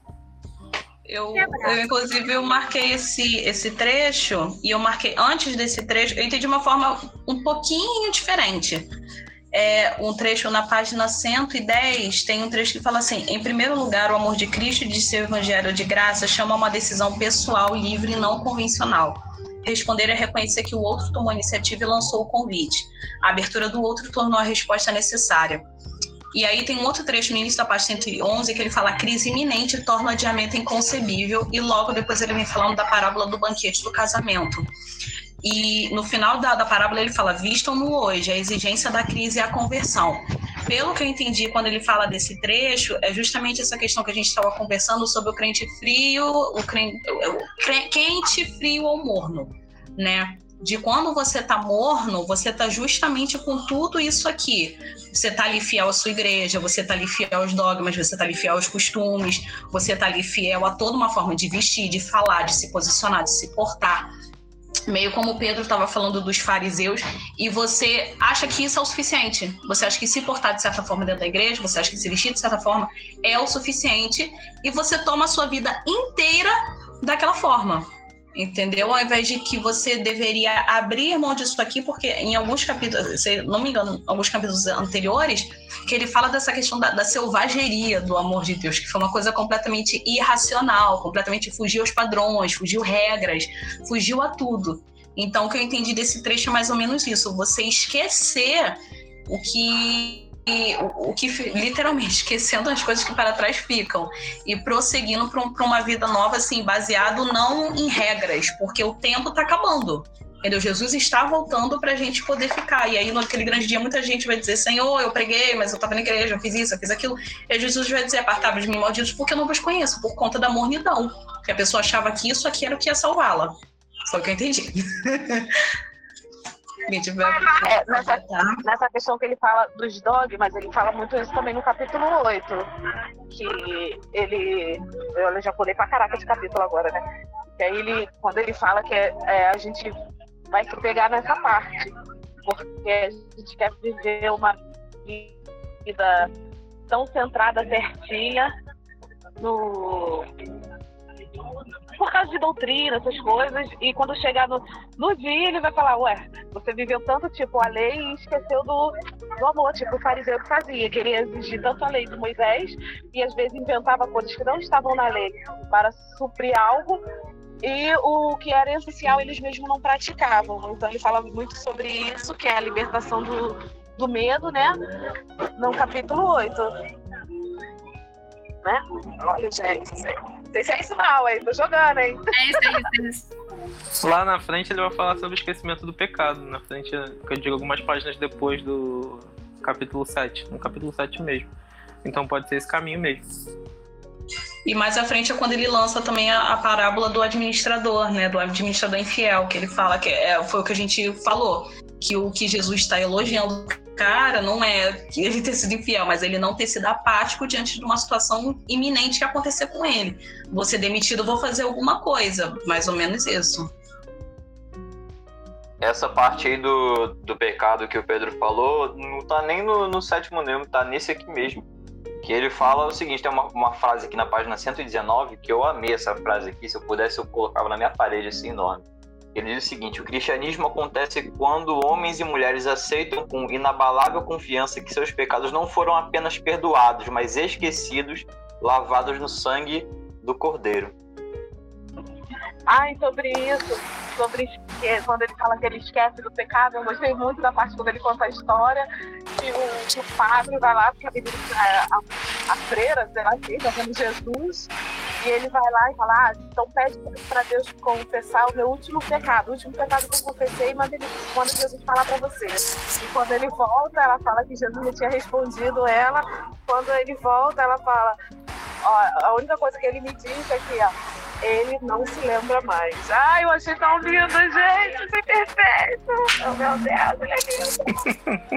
Eu inclusive, eu marquei esse trecho, e eu marquei antes desse trecho, eu entendi de uma forma um pouquinho diferente. Um trecho na página 110, tem um trecho que fala assim: em primeiro lugar, o amor de Cristo e de seu evangelho de graça chama a uma decisão pessoal, livre e não convencional. Responder é reconhecer que o outro tomou a iniciativa e lançou o convite. A abertura do outro tornou a resposta necessária. E aí tem um outro trecho no início da página 111 que ele fala: a crise iminente torna o adiamento inconcebível, e logo depois ele vem falando da parábola do banquete do casamento. E no final da parábola ele fala: vistam-no hoje, a exigência da crise é a conversão. Pelo que eu entendi quando ele fala desse trecho, é justamente essa questão que a gente estava conversando sobre o crente frio, quente, frio ou morno, né? De quando você está morno, você está justamente com tudo isso aqui. Você está ali fiel à sua igreja, você está ali fiel aos dogmas, você está ali fiel aos costumes, você está ali fiel a toda uma forma de vestir, de falar, de se posicionar, de se portar. Meio como o Pedro estava falando dos fariseus, e você acha que isso é o suficiente. Você acha que se portar de certa forma dentro da igreja, você acha que se vestir de certa forma é o suficiente, e você toma a sua vida inteira daquela forma. Entendeu? Ao invés de que você deveria abrir mão disso aqui, porque em alguns capítulos, se não me engano, alguns capítulos anteriores, que ele fala dessa questão da selvageria do amor de Deus, que foi uma coisa completamente irracional, completamente fugiu aos padrões, fugiu regras, fugiu a tudo. Então, o que eu entendi desse trecho é mais ou menos isso: você esquecer o que literalmente esquecendo as coisas que para trás ficam e prosseguindo para uma vida nova, assim, baseado não em regras, porque o tempo está acabando, entendeu? Jesus está voltando para a gente poder ficar, e aí naquele grande dia muita gente vai dizer: Senhor, eu preguei, mas eu estava na igreja, eu fiz isso, eu fiz aquilo, e Jesus vai dizer: apartai-vos de mim, malditos, porque eu não vos conheço, por conta da mornidão, que a pessoa achava que isso aqui era o que ia salvá-la. Foi o que eu entendi. Nessa questão que ele fala dos dogmas, ele fala muito isso também no capítulo 8, que eu já pulei pra caraca de capítulo agora, né? Que aí quando ele fala que a gente vai se pegar nessa parte, porque a gente quer viver uma vida tão centrada, certinha, por causa de doutrina, essas coisas, e quando chegar no dia ele vai falar: ué, você viveu tanto a lei e esqueceu do amor, tipo o fariseu que fazia, queria exigir tanto a lei de Moisés e às vezes inventava coisas que não estavam na lei para suprir algo, e o que era essencial eles mesmos não praticavam. Então ele fala muito sobre isso, que é a libertação do medo, né, no capítulo 8. Né? Olha, gente, não sei se é isso não, hein? Tô jogando, hein? É isso. Lá na frente ele vai falar sobre o esquecimento do pecado. Na frente, que eu digo algumas páginas depois do capítulo 7. No capítulo 7 mesmo. Então pode ser esse caminho mesmo. E mais à frente é quando ele lança também a parábola do administrador, né? Do administrador infiel, que ele fala que foi o que a gente falou, que o que Jesus está elogiando cara não é ele ter sido infiel, mas ele não ter sido apático diante de uma situação iminente que acontecer com ele. Vou ser demitido, vou fazer alguma coisa, mais ou menos isso. Essa parte aí do pecado que o Pedro falou não tá nem no sétimo livro, tá nesse aqui mesmo. Que ele fala o seguinte: tem uma frase aqui na página 119 que eu amei essa frase aqui, se eu pudesse eu colocava na minha parede assim enorme. Ele diz o seguinte: o cristianismo acontece quando homens e mulheres aceitam com inabalável confiança que seus pecados não foram apenas perdoados, mas esquecidos, lavados no sangue do Cordeiro. E sobre isso, quando ele fala que ele esquece do pecado, eu gostei muito da parte quando ele conta a história que o padre vai lá, porque a freira, sei lá quem, tá vendo Jesus, E ele vai lá e fala, então pede para Deus confessar o meu último pecado. O último pecado que eu confessei, manda Jesus falar para você. E quando ele volta, ela fala que Jesus já tinha respondido ela. Quando ele volta, ela fala, a única coisa que ele me diz é que, ele não se lembra mais. Ai, eu achei tão lindo, gente. Isso é perfeito. Oh, meu Deus, ele é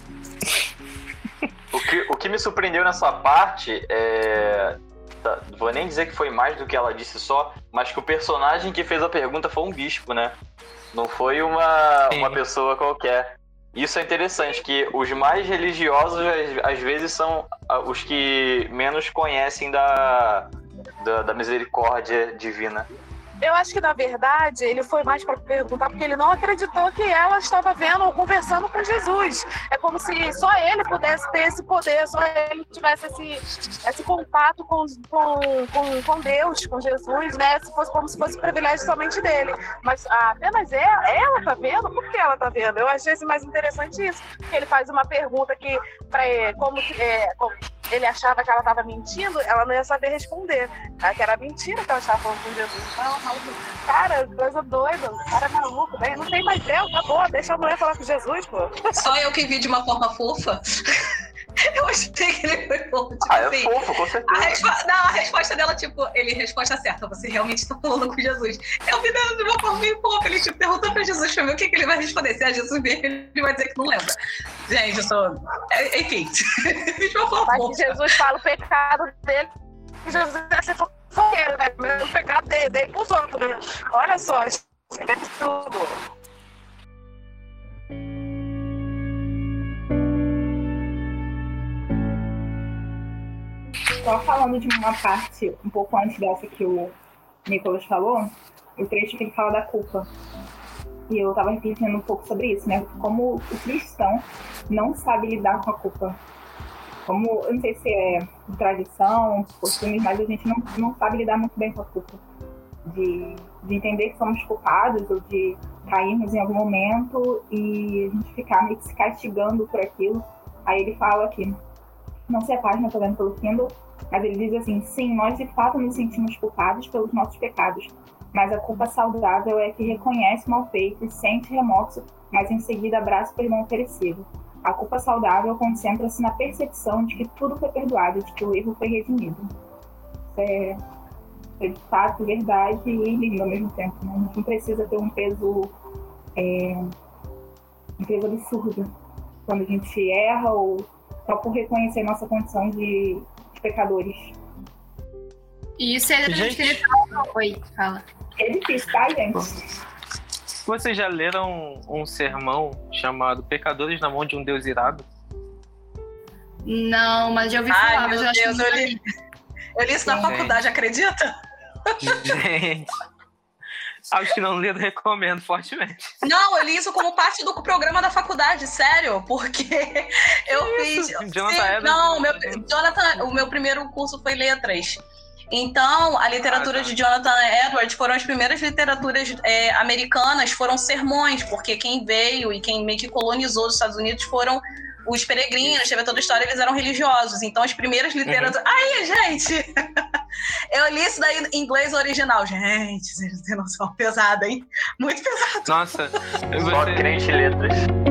lindo. O que me surpreendeu nessa parte não vou nem dizer que foi mais do que ela disse só, mas que o personagem que fez a pergunta foi um bispo, né? Não foi uma pessoa qualquer. Isso é interessante, que os mais religiosos às vezes são os que menos conhecem da misericórdia divina. Eu acho que, na verdade, ele foi mais para perguntar porque ele não acreditou que ela estava vendo ou conversando com Jesus. É como se só ele pudesse ter esse poder, só ele tivesse esse contato com Deus, com Jesus, né? Como se fosse privilégio somente dele. Mas apenas ela está vendo? Por que ela está vendo? Eu achei mais interessante isso. Ele faz uma pergunta que, como ele achava que ela estava mentindo, ela não ia saber responder. Que era mentira que ela estava falando com Jesus. Não, cara, coisa doida, cara maluco, né? Não tem mais Deus, acabou, deixa a mulher falar com Jesus, pô. Só eu que vi de uma forma fofa. Eu achei que ele foi fofo. Tipo, é fofo, com certeza. A resposta dela, tipo, resposta certa, você realmente está falando com Jesus. Eu vi dela de uma forma meio fofa, ele tipo, perguntou pra Jesus pra ver o que ele vai responder. Se é Jesus mesmo, ele vai dizer que não lembra. Gente, eu sou... Enfim, de uma forma fofa. Mas Jesus fala o pecado dele, Jesus vai ser fofoqueiro, né? O pecado dele pros outros, né? Olha só, isso é tudo. Só falando de uma parte um pouco antes dessa que o Nicolas falou, o trecho que ele fala da culpa. E eu estava refletindo um pouco sobre isso, né? Como o cristão não sabe lidar com a culpa. Como, eu não sei se é de tradição, costumes, mas a gente não sabe lidar muito bem com a culpa. De entender que somos culpados ou de cairmos em algum momento e a gente ficar meio que se castigando por aquilo. Aí ele fala aqui, não sei a página, tô vendo pelo Kindle, mas ele diz assim, sim, nós de fato nos sentimos culpados pelos nossos pecados, mas a culpa saudável é que reconhece o mal feito e sente remorso, mas em seguida abraça o perdão oferecido. A culpa saudável concentra-se na percepção de que tudo foi perdoado, de que o erro foi redimido. Isso é de fato verdade e lindo ao mesmo tempo, né? A gente não precisa ter um peso absurdo quando a gente erra ou só por reconhecer nossa condição de pecadores. E isso é exatamente o que ele fala. Oi, fala. É difícil, tá, gente? Vocês já leram um sermão chamado Pecadores na Mão de um Deus Irado? Não, mas já ouvi falar. Meu mas Deus, eu li isso na faculdade, acredita? Gente, aos que não leram, recomendo fortemente. Não, eu li isso como parte do programa da faculdade, sério, porque eu fiz... Jonathan o meu primeiro curso foi letras. Então, a literatura de Jonathan Edwards foram as primeiras literaturas americanas, foram sermões, porque quem veio e quem meio que colonizou os Estados Unidos foram os peregrinos, teve toda a história, eles eram religiosos. Então, as primeiras literaturas... Aí, gente! Eu li isso daí em inglês original. Gente, vocês têm noção pesada, hein? Muito pesado. Nossa. Só crente em letras.